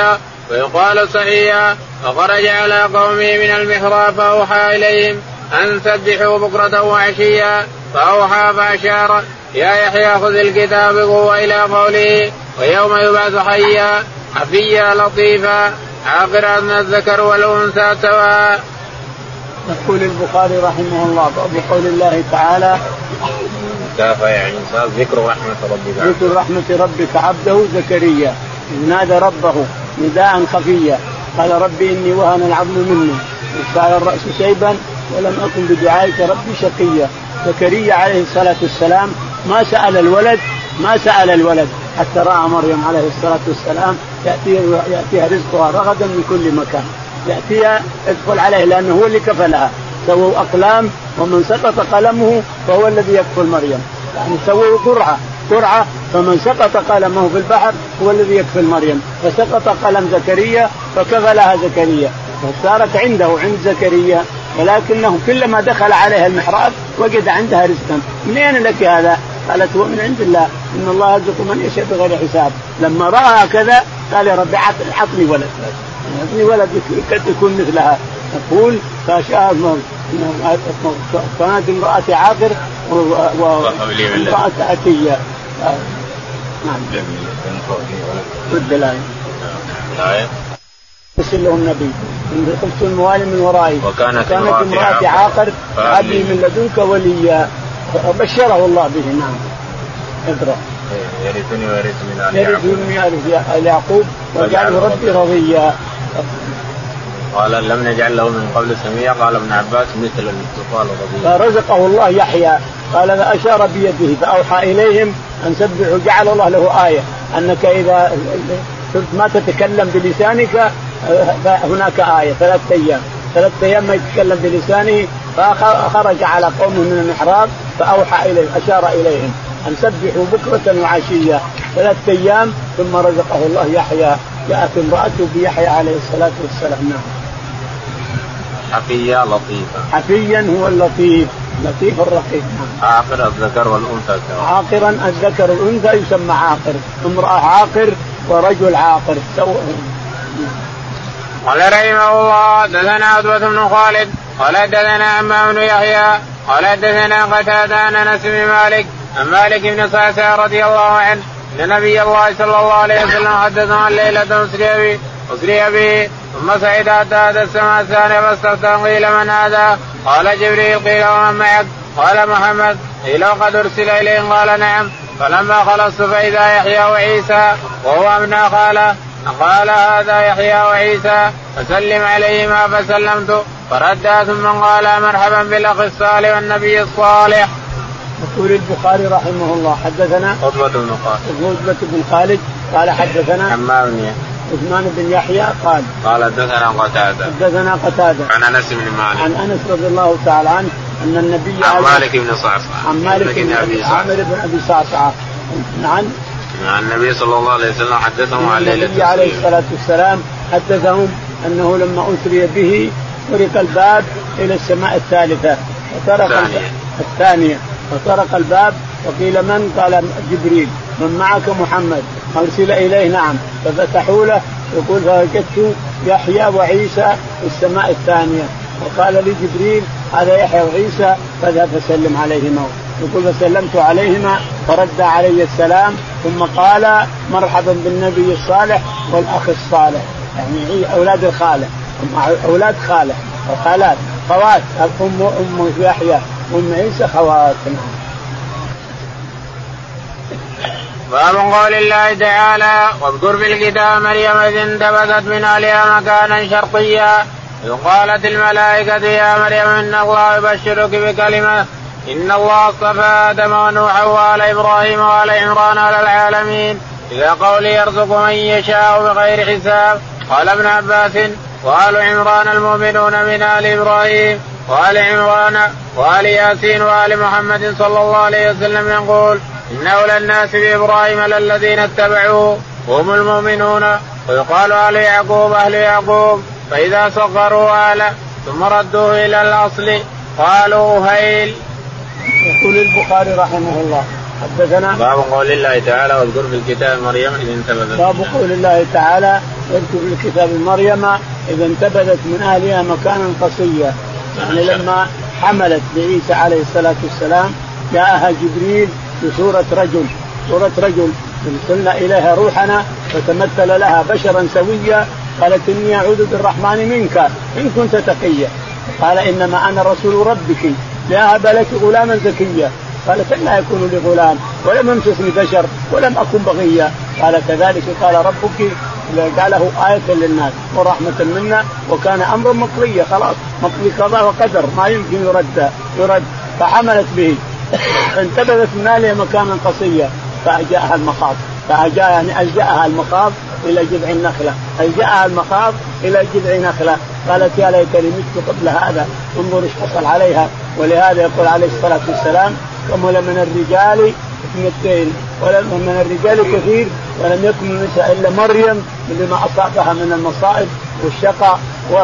ويقال صحيحا فخرج على قومه من المحراب فأوحى إليهم أن سبحوا بكرة وعشيا فأوحى فأشار يا يحيى خذ الكتاب بقوة إلى قوله ويوم يبعث حيا حفيا لطيفا عاقرا من الذكر والأنثى سواء. يقول البخاري رحمه الله بقول الله تعالى كافة يعني ذكر رحمة ربك ذكر رحمة ربك عبده زكريا إذ نادى ربه نداء خفيا قال ربي إني وهن العظم مني وصار الرأس شيبا ولم أكن بدعائك ربي شقيا. زكريا عليه الصلاة والسلام ما سأل الولد ما سأل الولد حتى رأى مريم عليه الصلاة والسلام يأتيها, يأتيها رزقها رغدا من كل مكان يأتيها ادخل عليه لأنه هو اللي كفلها سووا أقلام ومن سقط قلمه فهو الذي يكفل مريم يعني سووا قرعة قرعة فمن سقط قلمه في البحر هو الذي يكفل مريم فسقط قلم زكريا فكفلها زكريا فصارت عنده عند زكريا ولكنه كلما دخل عليها المحراب وجد عندها رزقا. منين لك هذا؟ قالت هو من عند الله إن الله يرزق من يشاء بغير حساب. لما رأى كذا قال يا ربي عطني ولد عطني ولد يكون مثلها. تقول فشاء كانت امرأة عاقر وامرأة أتية. نعم رد الآية يرسل له النبي إن خفت الموالي من ورائي وكانت امرأة عاقر فهب لي من لدنك وليا بشره الله به. نعم اقرأ يرثني ويرث من آل يعقوب واجعله ربي رضيا. قال لم نجعل له من قبل سميع قال ابن عباس مثل الاتصال رضيا. فرزقه الله يحيى قال أشار بيده فأوحى إليهم أن سبحوا جعل الله له آية أنك إذا ما تتكلم بلسانك فهناك آية ثلاث أيام ثلاث أيام ما يتكلم بلسانه فخرج على قوم من المحراب فأوحى إليهم أشار إليهم أن سبحوا بكرة وعشية ثلاث أيام ثم رزقه الله يحيى جاءت امرأته بيحيى عليه الصلاة والسلام. نعم حفيا لطيفا حفيا هو اللطيف لطيف الرقيق. نعم عاقر الذكر والأنثى عاقرا الذكر والأنثى يسمى عاقر امرأة عاقر ورجل عاقر سواء. قال رحمه الله دثنا عتبة بن خالد قال دثنا عمام بن يحيى قال دثنا قتادة عن أنس بن مالك عن مالك بن صعصع رضي الله عنه أن نبي الله صلى الله عليه وسلم حدثنا عن ليلة أسري أسري به ثم صعد حتى هذا السماء الثانية فاستفتح قيل من هذا؟ قال جبريل. قيل ومن معك؟ قال محمد. قيل وقد أرسل إليهم؟ قال نعم. فلما خلصت فإذا يحيى وعيسى وهو ابن خاله قال هذا يحيى وعيسى فسلم عليهما فسلمت فردا ثم قال مرحبا بالأخ الصالح والنبي الصالح. يقول البخاري رحمه الله حدثنا عتبة بن خالد عتبة بن خالد قال حدثنا عمام عثمان بن يحيى قال قال حدثنا قتادة حدثنا قتادة عن أنس بن مالك عن أنس رضي الله تعالى عنه أن النبي عن مالك بن صعصع عن مالك بن أبي عامر بن أبي صعصع عن عن النبي صلى الله عليه وسلم حدثهم عن ليلة النبي عليه الصلاة والسلام حدثهم أنه لما أسري به طرق الباب إلى السماء الثالثة وطرق الثانية وطرق الباب وقيل من؟ قال جبريل. من معك؟ محمد. أرسل إليه؟ نعم. ففتحوا له يقول فوجدت يحيى وعيسى في السماء الثانية وقال لي جبريل هذا يحيى وعيسى فذهب فسلم عليهما. يقول فسلمت عليهما فرد علي السلام ثم قال مرحبا بالنبي الصالح والأخ الصالح يعني أولاد الخالة أولاد خالة وخالات خوات أم أم يحيى وأم عيسى خوات. باب قول الله تعالى واذكر في الكتاب مريم إذ انتبذت من أهلها مكانا شرقيا قالت الملائكة يا مريم إن الله يبشرك بكلمة إن الله اصطفى آدم ونوحا وآل إبراهيم وآل عمران على العالمين إلى قوله يرزق من يشاء بغير حساب. قال ابن عباس وآل عمران المؤمنون من آل إبراهيم وآل عمران وآل ياسين وآل محمد صلى الله عليه وسلم يقول إن أولى الناس بإبراهيم للذين اتبعوه هم المؤمنون. ويقال آل يعقوب أهل يعقوب فإذا صغروا آله ثم ردوه إلى الأصل قالوا هيل. يقول البخاري رحمه الله حدثنا باب قول الله تعالى واذكر في الكتاب مريم إذ انتبذت باب قول الله تعالى اذكر في الكتاب مريم إذا انتبذت من أهلها مكانا قصيا. يعني لما حملت بعيسى عليه الصلاة والسلام جاءها جبريل بصورة رجل صورة رجل أرسلنا إليها روحنا فتمثل لها بشرا سويا قالت إني أعوذ بالرحمن منك إن كنت تقيا. قال إنما أنا رسول ربك لأهب لك غلاما زكيا. قالت أنى يكون لي غلام ولم يمسسني بشر ولم أكن بغيا. قال كذلك قال ربك جعله آية للناس ورحمة منا وكان أمر مقضيا خلاص مقضي قضاء وقدر ما يمكن يرد يرد. فحملت به انتبذت من أهلها مكانا قصيا فأجاءها المخاض فأجاء يعني ألجأها المخاض إلى جذع النخلة ألجأها المخاض إلى جذع نخلة. قالت يا ليتني مت قبل هذا انظر ايش حصل عليها. ولهذا يقول عليه الصلاة والسلام كمل من الرجال اثنتين ولم من الرجال كثير ولم يكن من النساء إلا مريم لما أصابها من المصائب والشقاء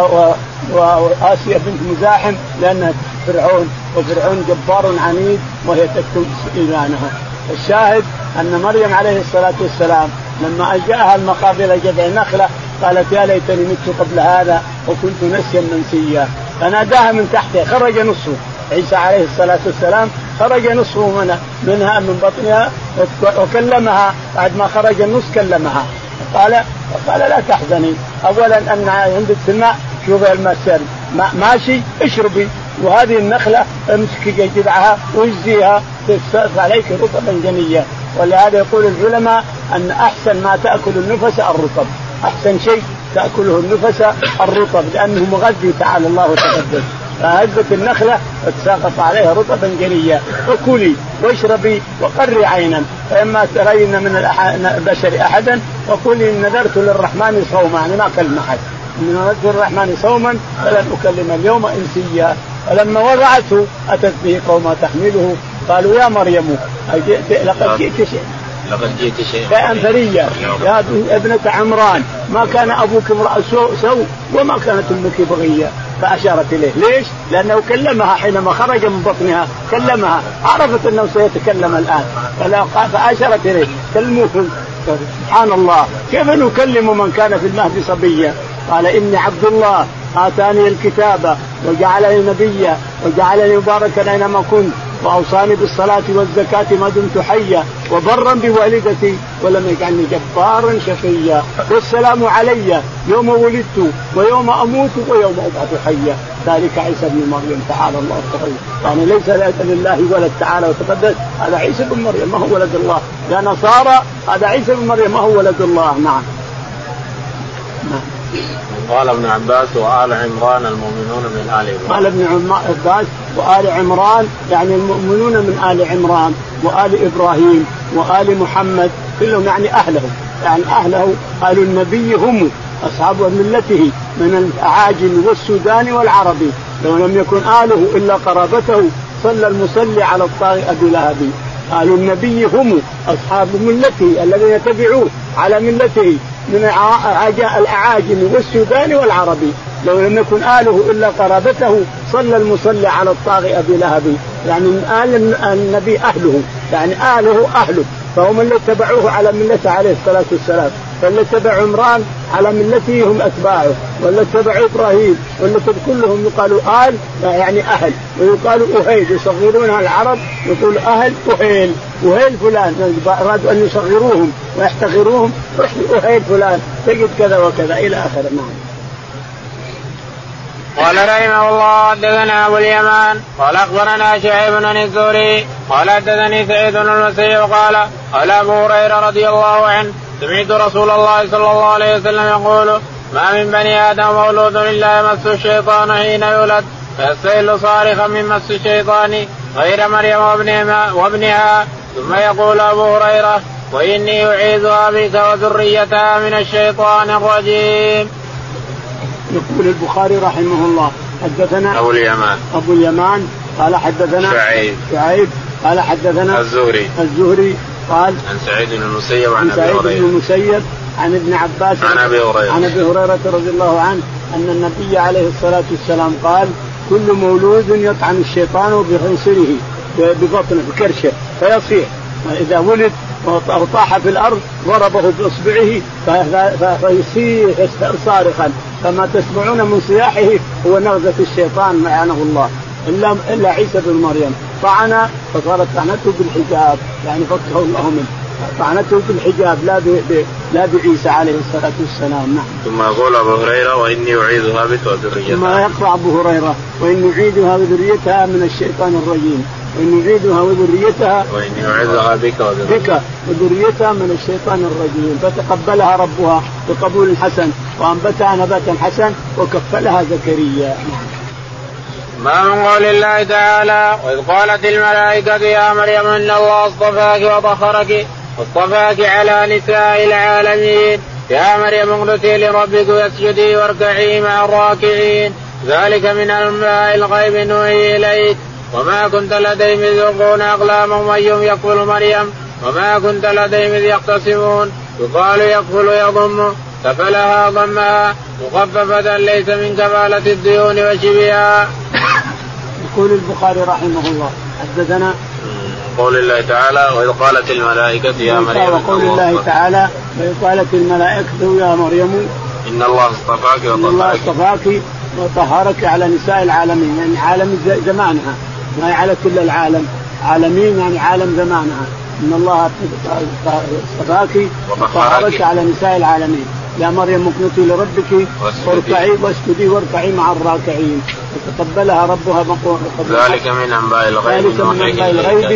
وآسيا بنت مزاحم لأنها فرعون وفرعون جبار عنيد وهي تكتم إيمانها. الشاهد أن مريم عليه الصلاة والسلام لما ألجأها المخاض إلى جذع النخلة قالت يا ليتني مت قبل هذا وكنت نسيا منسيا. فناداها من تحتها خرج نصفه عيسى عليه الصلاة والسلام خرج نصفه منها, منها من بطنها وكلمها بعد ما خرج النص كلمها قال قال لا تحزني أولا أن عندك الماء شوفي الماء ماشي اشربي وهذه النخلة امسكي جذعها وجزيها تستأثر عليك رطبا جنيا. ولهذا يقول العلماء أن أحسن ما تأكل النفس الرطب أحسن شيء تأكله النفس الرطب لأنه مغذي تعالى الله وتقدس. فهزت النخلة وتساقط عليها رطبا جنيا وكلي واشربي وقري عينا فإما ترين من البشر أحدا وقولي نذرت للرحمن صوما يعني ما أكلم أحد من نذرت للرحمن صوما فلن أكلم اليوم إنسيا. فلما وضعته أتت به قوما تحمله قالوا يا مريم لقد جئت شيء لقد جئت شيء شيئا فريا يا ابنة عمران ما كان أبوك امرأ سوء وما كانت أمك بغية. فأشارت إليه ليش؟ لأنه كلمها حينما خرج من بطنها كلمها عرفت أنه سيتكلم الآن فأشارت إليه كلموه. سبحان الله كيف نكلم من كان في المهد صبيا. قال إني عبد الله آتاني الكتاب وجعلني نبيا وجعلني مباركا أينما كنت وأوصاني بالصلاة والزكاة ما دمت حيا وبرا بوالدتي ولم يجعلني جبارا شقيا والسلام علي يوم ولدت ويوم أموت ويوم أبعث حيا. ذلك عيسى بن مريم تعالى الله وتقدس. يعني ليس لله ولد تعالى وتقدس هذا عيسى بن مريم ما هو ولد الله. يا نصارى هذا عيسى بن مريم ما هو ولد الله. نعم. قال ابن عباس وآل عمران المؤمنون من آل عمران. قال ابن عباس وآل عمران يعني المؤمنون من آل عمران وآل إبراهيم وآل محمد كلهم يعني أهله يعني أهله آل النبي هم أصحاب ملته من الأعاجم والسودان والعربي. لو لم يكن آله إلا قرابته صلى المصلي على الطاغي أبي لهب. آل النبي هم أصحاب ملته الذين يتبعوه على ملته من الأعاجم والسودان والعربي. لو لم يكن آله إلا قرابته صلى المصلي على الطاغي أبي لهب. يعني من آل النبي أهله يعني آله أهله فهم اللي اتبعوه على ملته عليه الصلاة والسلام. فاللي اتبع عمران على ملته هم أتباعه واللي اتبع إبراهيم واللي كلهم يقالوا آل يعني أهل ويقالوا أهيل يصغرونها العرب يقول أهل أهيل أهيل فلان أرادوا أن يصغروهم ويحتقروهم أهيل فلان تجد كذا وكذا إلى آخر. نعم. قال رحمه الله حدثنا أبو اليمان قال أخبرنا شعيب بن الزهري قال حدثني سعيد بن المسيب قال قال أبو هريرة رضي الله عنه سمعت رسول الله صلى الله عليه وسلم يقول ما من بني آدم مولود إلا يمس الشيطان حين يولد فيستهل صارخا من مس الشيطان غير مريم وابنها, وابنها ثم يقول أبو هريرة وإني أعيذها بك وذريتها من الشيطان الرجيم. يقول البخاري رحمه الله حدثنا أبو اليمان أبو اليمان قال حدثنا شعيب شعيب قال حدثنا الزهري الزهري قال عن سعيد بن المسيب عن سعيد بن المسيب عن ابن عباس عن أبي هريرة عن أبي هريرة رضي الله عنه أن النبي عليه الصلاة والسلام قال كل مولود يطعن الشيطان بخنصره ببطنه بكرشه فيصيح. إذا ولد وطاح في الأرض ضربه بإصبعه فيصيح صارخا، فما تسمعون من صياحه هو نغزة الشيطان لعنه الله، إلا إلا عيسى بن مريم طعنه فصارت طعنته بالحجاب، يعني فكه الله منه، طعنته بالحجاب لا ب... لا بعيسى عليه الصلاة والسلام. نعم. ثم يقول أبو هريرة وإني أعيذها بك وذريتها. ثم يقرأ أبو هريرة وإني أعيذها وذريتها من الشيطان الرجيم، وإني أعيذها وذريتها وإني أعيذها بك وذريتها وذريتها من الشيطان الرجيم، فتقبلها ربها بقبول حسن وأنبتها نباتا حسن وكفلها زكريا. ما من قول الله تعالى وإذ قالت الملائكة يا مريم إن الله اصطفاك وطهرك واصطفاك على نساء العالمين يا مريم اقنتي لربك واسجدي واركعي مع الراكعين ذلك من أنباء الغيب نوحي إليك وما كنت لديهم إذ يلقون أقلامهم أيهم يكفل مريم وما كنت لديهم إذ يختصمون يقال يكفل يضم كفلها ضمها مخففة ليس من كفالة الديون وشبهها. يقول البخاري رحمه الله حدثنا قول الله تعالى وإذ قالت الملائكة يا مريم وقول الله تعالى وإذ قالت الملائكة يا مريم إن الله اصطفاك وطهرك إن الله اصطفاك وطهرك على نساء العالمين، يعني عالم زمانها ما هي على كل العالم، عالمين يعني عالم زمانها. إن الله اصطفاك وطهرك على نساء العالمين يا مريم اقنتي لربك واركعي واسجدي واركعي مع الراكعين وتقبلها ربها ذلك من أنباء الغيب نوحيه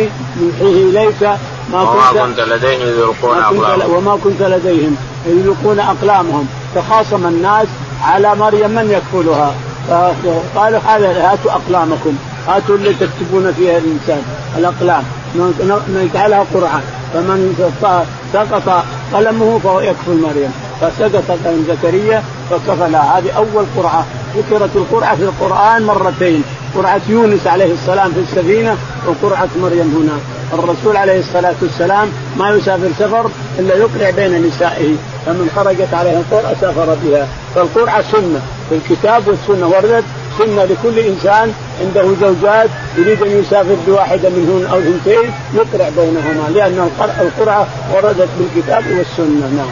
إليك ما كنت لديهم إذ يلقون أقلامهم وما كنت لديهم إذ يلقون أقلامهم تخاصم الناس على مريم من يكفلها، فقالوا هاتوا أقلامكم، هاتوا اللي تكتبون فيها الإنسان الأقلام نجعلها قرعة، فمن سقط قلمه فهو يكفل مريم، فسقط قلم زكريا فكفلها. هذه أول قرعة، ذكرت القرعة في القرآن مرتين، قرعة يونس عليه السلام في السفينة وقرعة مريم هنا. الرسول عليه الصلاة والسلام ما يسافر سفر إلا يقرع بين نسائه، فمن خرجت عليه القرعة سافر بها، فالقرعة سنة في الكتاب والسنة، وردت سنة لكل إنسان عنده زوجات يريد أن يسافر بواحدة منهن أو اثنتين يقرع بينهما، لأن القرعة وردت بالكتاب والسنة. نعم.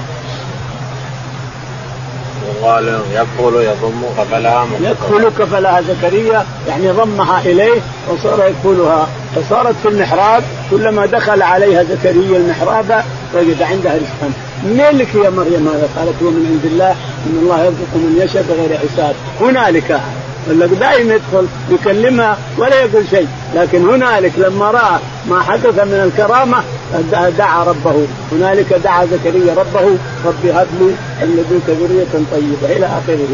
وقال يكفل يضم كفلها يكفل كفلها زكريا يعني ضمها إليه وصار يكفلها، فصارت في المحراب كلما دخل عليها زكريا المحراب وجد عندها رزقا. من لك يا مريم هذا؟ قالت هو من عند الله إن الله يرزق من يشاء بغير حساب. هنالك دائما يدخل يكلمها ولا يقول شيء، لكن هنالك لما رأى ما حدث من الكرامة دعا ربه، هنالك دعا زكريا ربه ربي هب لي الذي ذرية طيبة إلى آخره.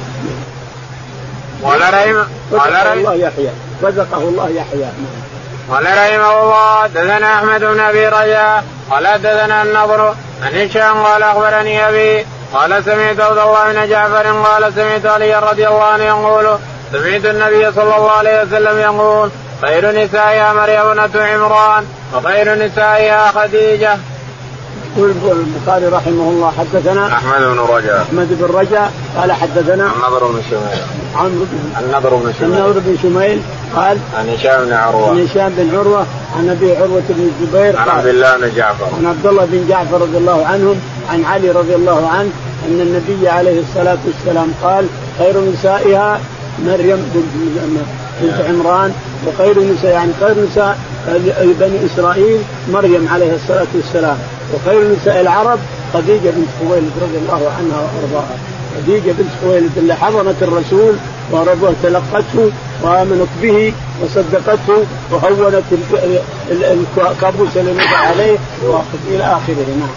ولا رحمه رزقه الله يحيى رزقه الله يحيى. قال رحمه الله دثنا أحمد بن أبي رجاء قال دثنا النضر عن هشام قال أخبرني أبي قال سمعت عبد الله بن جعفر قال سمعت علي رضي الله عنه يقول سمعت النبي صلى الله عليه وسلم يقول خير نسائها مريم ابنة عمران وخير نسائها خديجة. يقول البخاري رحمه الله حدثنا أحمد بن رجاء أحمد بن رجاء قال حدثنا النضر بن شميل النضر بن شميل النضر بن شميل قال عن هشام بن عروة عن هشام بن عروة عن أبي عروة بن الزبير عن عبد الله بن جعفر عن عبد الله بن جعفر رضي الله عنهم عن علي رضي الله عنه أن النبي عليه الصلاة والسلام قال خير نسائها مريم بنت عمران وخير نساء يعني خير نساء بني إسرائيل مريم عليه الصلاة والسلام، وخير نساء العرب خديجة بنت خويلد رضي الله عنها وأرضاها. خديجة بنت خويلد اللي حضنت الرسول وربوه تلقته وآمنت به وصدقته وهونت الكابوس اللي نزل عليه إلى آخره. نعم.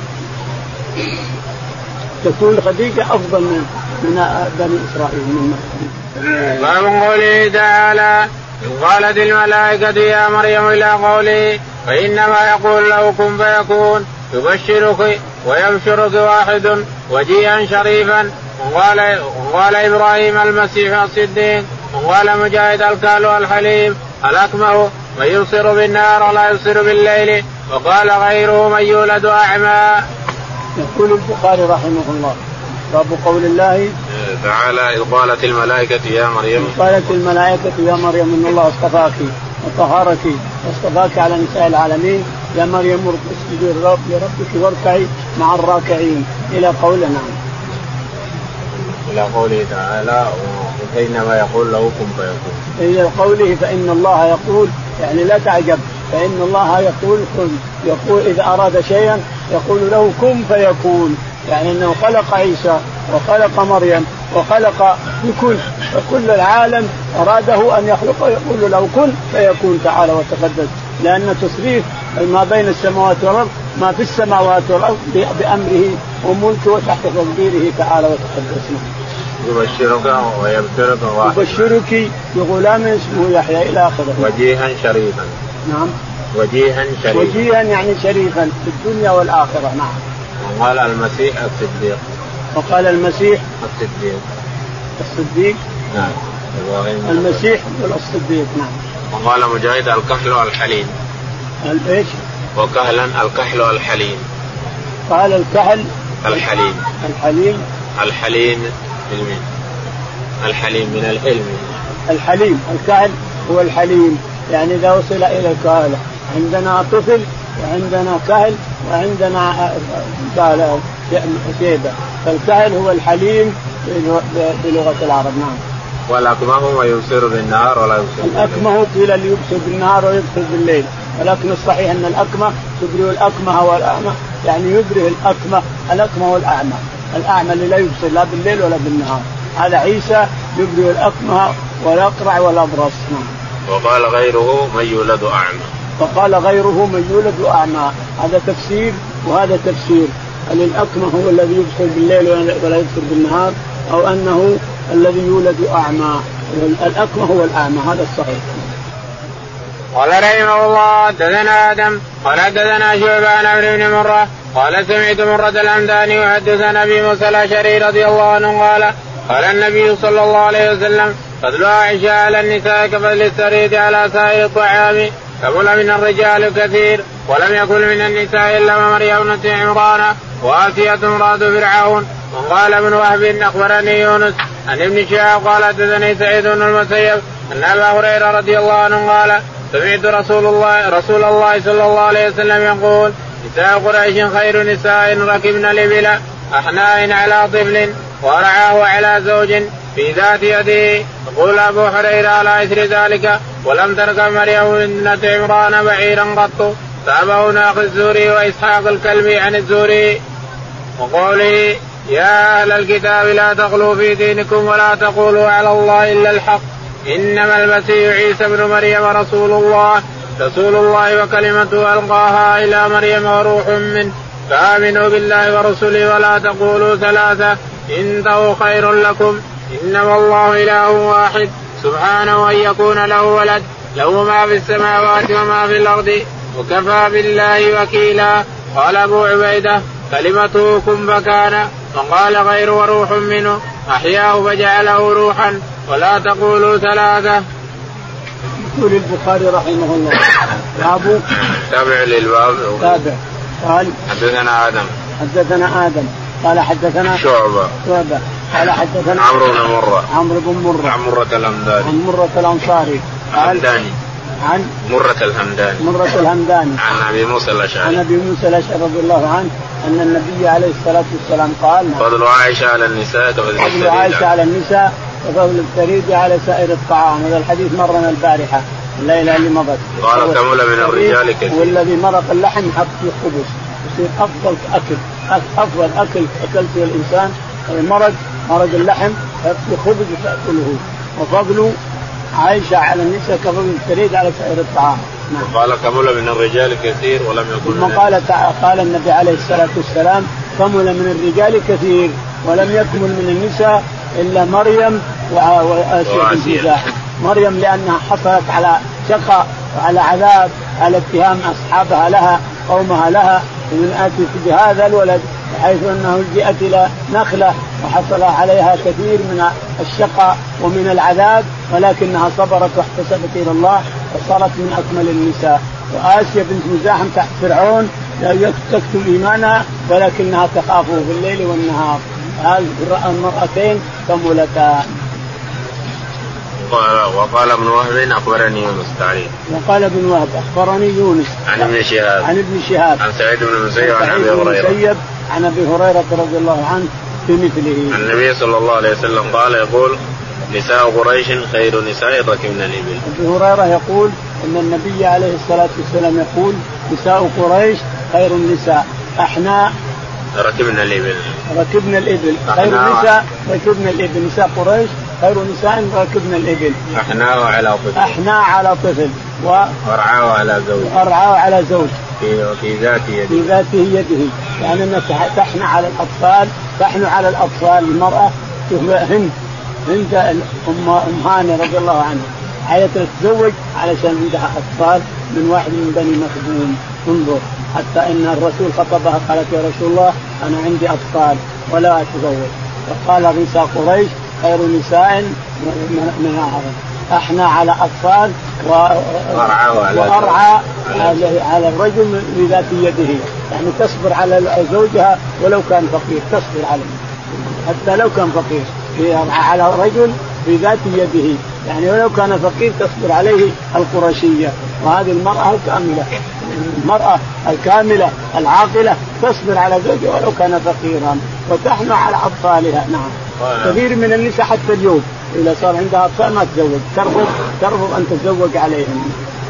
تكون خديجة أفضل من من بني إسرائيل من باب قوله تعالى قالت الملائكة يا مريم إلى قوله فإنما يقول له كن فيكون يبشرك ويبشرك واحد وجيها شريفا وقال, وقال إبراهيم المسيح الصديق وقال مجاهد الكال الحليم الأكمه من يبصر بالنار ولا يبصر بالليل وقال غيره من يولد أعمى. يقول البخاري رحمه الله باب قول الله تعالى إذ قالت الملائكة يا مريم قالت الملائكة يا مريم إن الله اصطفاك وطهرك واصطفاك على نساء العالمين يا مريم اسجدي لربك واركعي مع الراكعين إلى قولنا. إلى قوله تعالى وحينما يقول له كن فيكون. إلى قوله فإن الله يقول يعني لا تعجب فإن الله يقول كن يقول إذا أراد شيئا يقول له كن فيكون يعني أنه خلق عيسى وخلق مريم وخلق بكل وكل العالم أراده أن يخلق يقول له كن فيكون تعالى وتقدس لأن تصريف ما بين السماوات والأرض ما في السماوات والأرض بأمره وملكه وتحت تدبيره تعالى وتقدس. يبشرك ويبشرك يبشرك بغلام اسمه يحيى إلى آخره. وجيها شريفا. نعم. وجيها شريفا. وجيها يعني شريفا في الدنيا والآخرة. نعم. وقال المسيح الصديق. وقال المسيح الصديق. الصديق. نعم. المسيح والصديق. نعم. وقال مجاهد الكحل والحليم. الايش؟ وكهلا الكحل والحليم. قال الكحل الحليم. الحليم. الحليم من الحليم من الحلم. الحليم الكحل هو الحليم يعني إذا وصل إلى الكهل عندنا طفل وعندنا كهل وعندنا قال شيبة فالكهل هو الحليم بلغة العرب. نعم. والأكمه ويبصر بالنهار ولا يبصر بالليل. الأكمه قيل اللي يبصر بالنهار ويبصر بالليل ولكن الصحيح أن الأكمه تبرئ الأكمه والأعمى يعني يبرئ الأكمه الأكمه والأعمى الأعمى اللي لا يبصر لا بالليل ولا بالنهار هذا عيسى يبرئ الأكمه والأقرع والأبرص. وقال غيره من يولد أعمى. فقال غيره من يولد أعمى هذا تفسير وهذا تفسير هل الأكمه هو الذي يبصر بالليل ولا يبصر بالنهار أو أنه الذي يولد أعمى الأكمه هو الأعمى هذا الصحيح. قال رحمه الله حدثنا آدم قال حدثنا شعبة عن عمرو بن مرة قال سمعت مرة الهمداني وحدثنا أبي موسى الأشعري رضي الله عنه قال قال النبي صلى الله عليه وسلم فضل عائشة على النساء كفضل السريد على سائر الطعام كمل من الرجال كثير ولم يكن من النساء إلا مريم ابنة عمران وآسية امرأة فرعون. وقال ابن وهب أخبرني يونس عن ابن شهاب قال حدثني سعيد بن المسيب أن أبا هريرة رضي الله عنه قال سمعت رسول الله رسول الله صلى الله عليه وسلم يقول نساء قريش خير نساء ركبن الإبل أحناء على طفل ورعاه على زوج في ذات يده. يقول أبو هريرة على إثر ذلك ولم تركب مريم ابنة عمران بعيرا قط. تابعه ناقل الزهري وإسحاق الكلبي عن الزهري. وقوله يا أهل الكتاب لا تغلوا في دينكم ولا تقولوا على الله إلا الحق إنما المسيح عيسى ابن مريم رسول الله رسول الله وكلمته ألقاها إلى مريم وروح منه فآمنوا بالله ورسله ولا تقولوا ثلاثة انتهوا خير لكم إنما الله إله واحد سبحانه أن يكون له ولد له ما في السماوات وما في الأرض وكفى بالله وكيلا. قال أبو عبيدة كلمته كن فكان. وقال غير وروح منه أحياه فجعله روحا ولا تقولوا ثلاثة. يقول البخاري رحمه الله باب تابع للباب تابع قال حدثنا آدم حدثنا آدم قال حدثنا شعبة شعبة قال حدثنا عمرو بن مرة عمرو بن مرة عن مرة الهمداني عن مرة الأنصاري الهمداني عن مرة الهمداني مرة الهمداني عن أبي موسى الأشعري عن أبي موسى الأشعري رضي الله عنه أن النبي عليه الصلاة والسلام قال فضل عائشة على النساء كفضل فضل عائشة على النساء وفضل الثريد على سائر الطعام. هذا الحديث مرنا البارحة الليلة اللي مضت. قال كمل من الرجال كثير والذي مرق اللحم حق في خبز يصير أفضل أكل أفضل أكل أكلته الإنسان مرق مرق اللحم في خبز تأكله. وفضل عائشة على النساء كفضل الثريد على سائر الطعام. نعم. وقال كمل من الرجال كثير ولم يكن ثم قال قال النبي عليه الصلاة والسلام كمل من الرجال كثير ولم يكمل من النساء إلا مريم وآسيا. مريم لأنها حصلت على شقاء وعلى عذاب على اتهام أصحابها لها قومها لها ومن آتي بهذا الولد حيث أنه جاءت إلى نخلة وحصل عليها كثير من الشقاء ومن العذاب ولكنها صبرت واحتسبت إلى الله وصارت من أكمل النساء. وآسيا بنت مزاحم تحت فرعون لا تكتم إيمانها ولكنها تخاف في الليل والنهار. هذه المرأتين كملتا. وقال, وقال ابن وهب أخبرني يونس تعليق. وقال ابن وهب أخبرني يونس عن ابن شهاب عن ابن شهاب عن سعيد بن المسيب عن أبي هريرة عن أبي هريرة رضي الله عنه بمثله. النبي صلى الله عليه وسلم قال يقول نساء قريش خير نساء ركبن الإبل. أبي هريرة يقول أن النبي عليه الصلاة والسلام يقول نساء قريش خير النساء احنا ركبنا الإبل ركبنا الإبل خير النساء ركبنا الإبل. نساء قريش خير نساء ركبنا الإبل. احنا على طفل احنا على طفل وارعاه على زوج وارعاه على زوج في في ذاته يده في ذاته يده. يعني أن تحن على الأطفال تحن على الأطفال. المرأة هند هند أم أم هانة رضي الله عنها عايزة تتزوج علشان عندها أطفال من واحد من بني مخزوم. انظر حتى إن الرسول خطبها قالت يا رسول الله أنا عندي أطفال ولا أتزوج. فقال نساء قريش خير نساء من العرب احنا على أطفال وأرعى على الرجل بذات يده. يعني تصبر على زوجها ولو كان فقير تصبر عليه حتى لو كان فقير على الرجل بذات يده. يعني ولو كان فقير تصبر عليه القرشية. وهذه المرأة الكاملة المرأة الكاملة العاقلة تصبر على زوجها ولو كان فقيرا وتحنى على أطفالها. نعم كثير من النساء حتى اليوم إذا صار عندها أطفال ما تزوج ترفض ترفض أن تتزوج عليهم.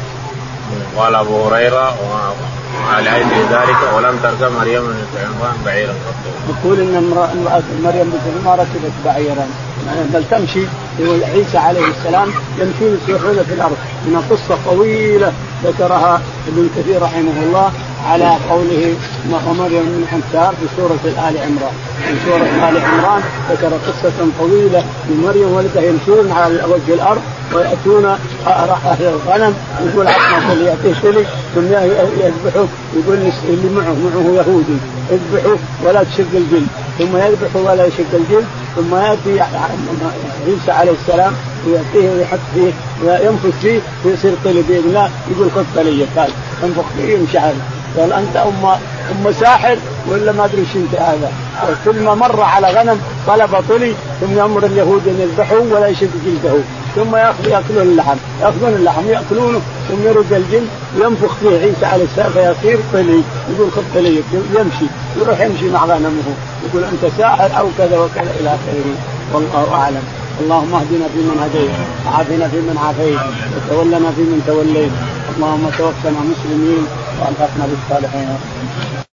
قال أبو هريرة وعلى ذلك ولم تركب مريم بنت عمران بعيرا قط. يقول إن امرأة مريم بنت عمران ركبت بعيرا بل تمشي. عيسى عليه السلام يمشون يسيحون في الأرض. من قصة طويلة ذكرها ابن كثير رحمه الله على قوله ومريم من حمتار في سورة آل عمران. في سورة آل عمران ذكر قصة طويلة لمريم ولدها يمشون على وجه الأرض ويأتون أهل الغنم يقول عطنا اللي يأتيه شلي ثم يذبحوا يقول اللي معه معه يهودي يذبحوا ولا تشق الجلد ثم يذبحوا ولا يشق الجلد ثم يأتي عيسى عليه السلام ويأتيه ويحط فيه وينفخ فيه ويصير طلي بإذن الله يقول خذ طلية قال ينفخ فيه يمشي هذا. قال أنت أم أم ساحر ولا ما أدري شو أنت هذا. ثم مر على غنم طلب طلي ثم يأمر اليهود أن يذبحوه ولا يشق جلده ثم يأكلون اللحم يأخذون اللحم يأكلونه ثم يرد الجلد وينفخ فيه عيسى عليه السلام فيصير طلي يقول خذ طلي يمشي يروح يمشي مع غنمه يقول أنت ساحر أو كذا وكذا إلى آخره. والله أعلم. اللهم اهدنا فيمن هديت وعافنا فيمن عافيت وتولنا فيمن توليت. اللهم توفنا مسلمين وألحقنا بالصالحين.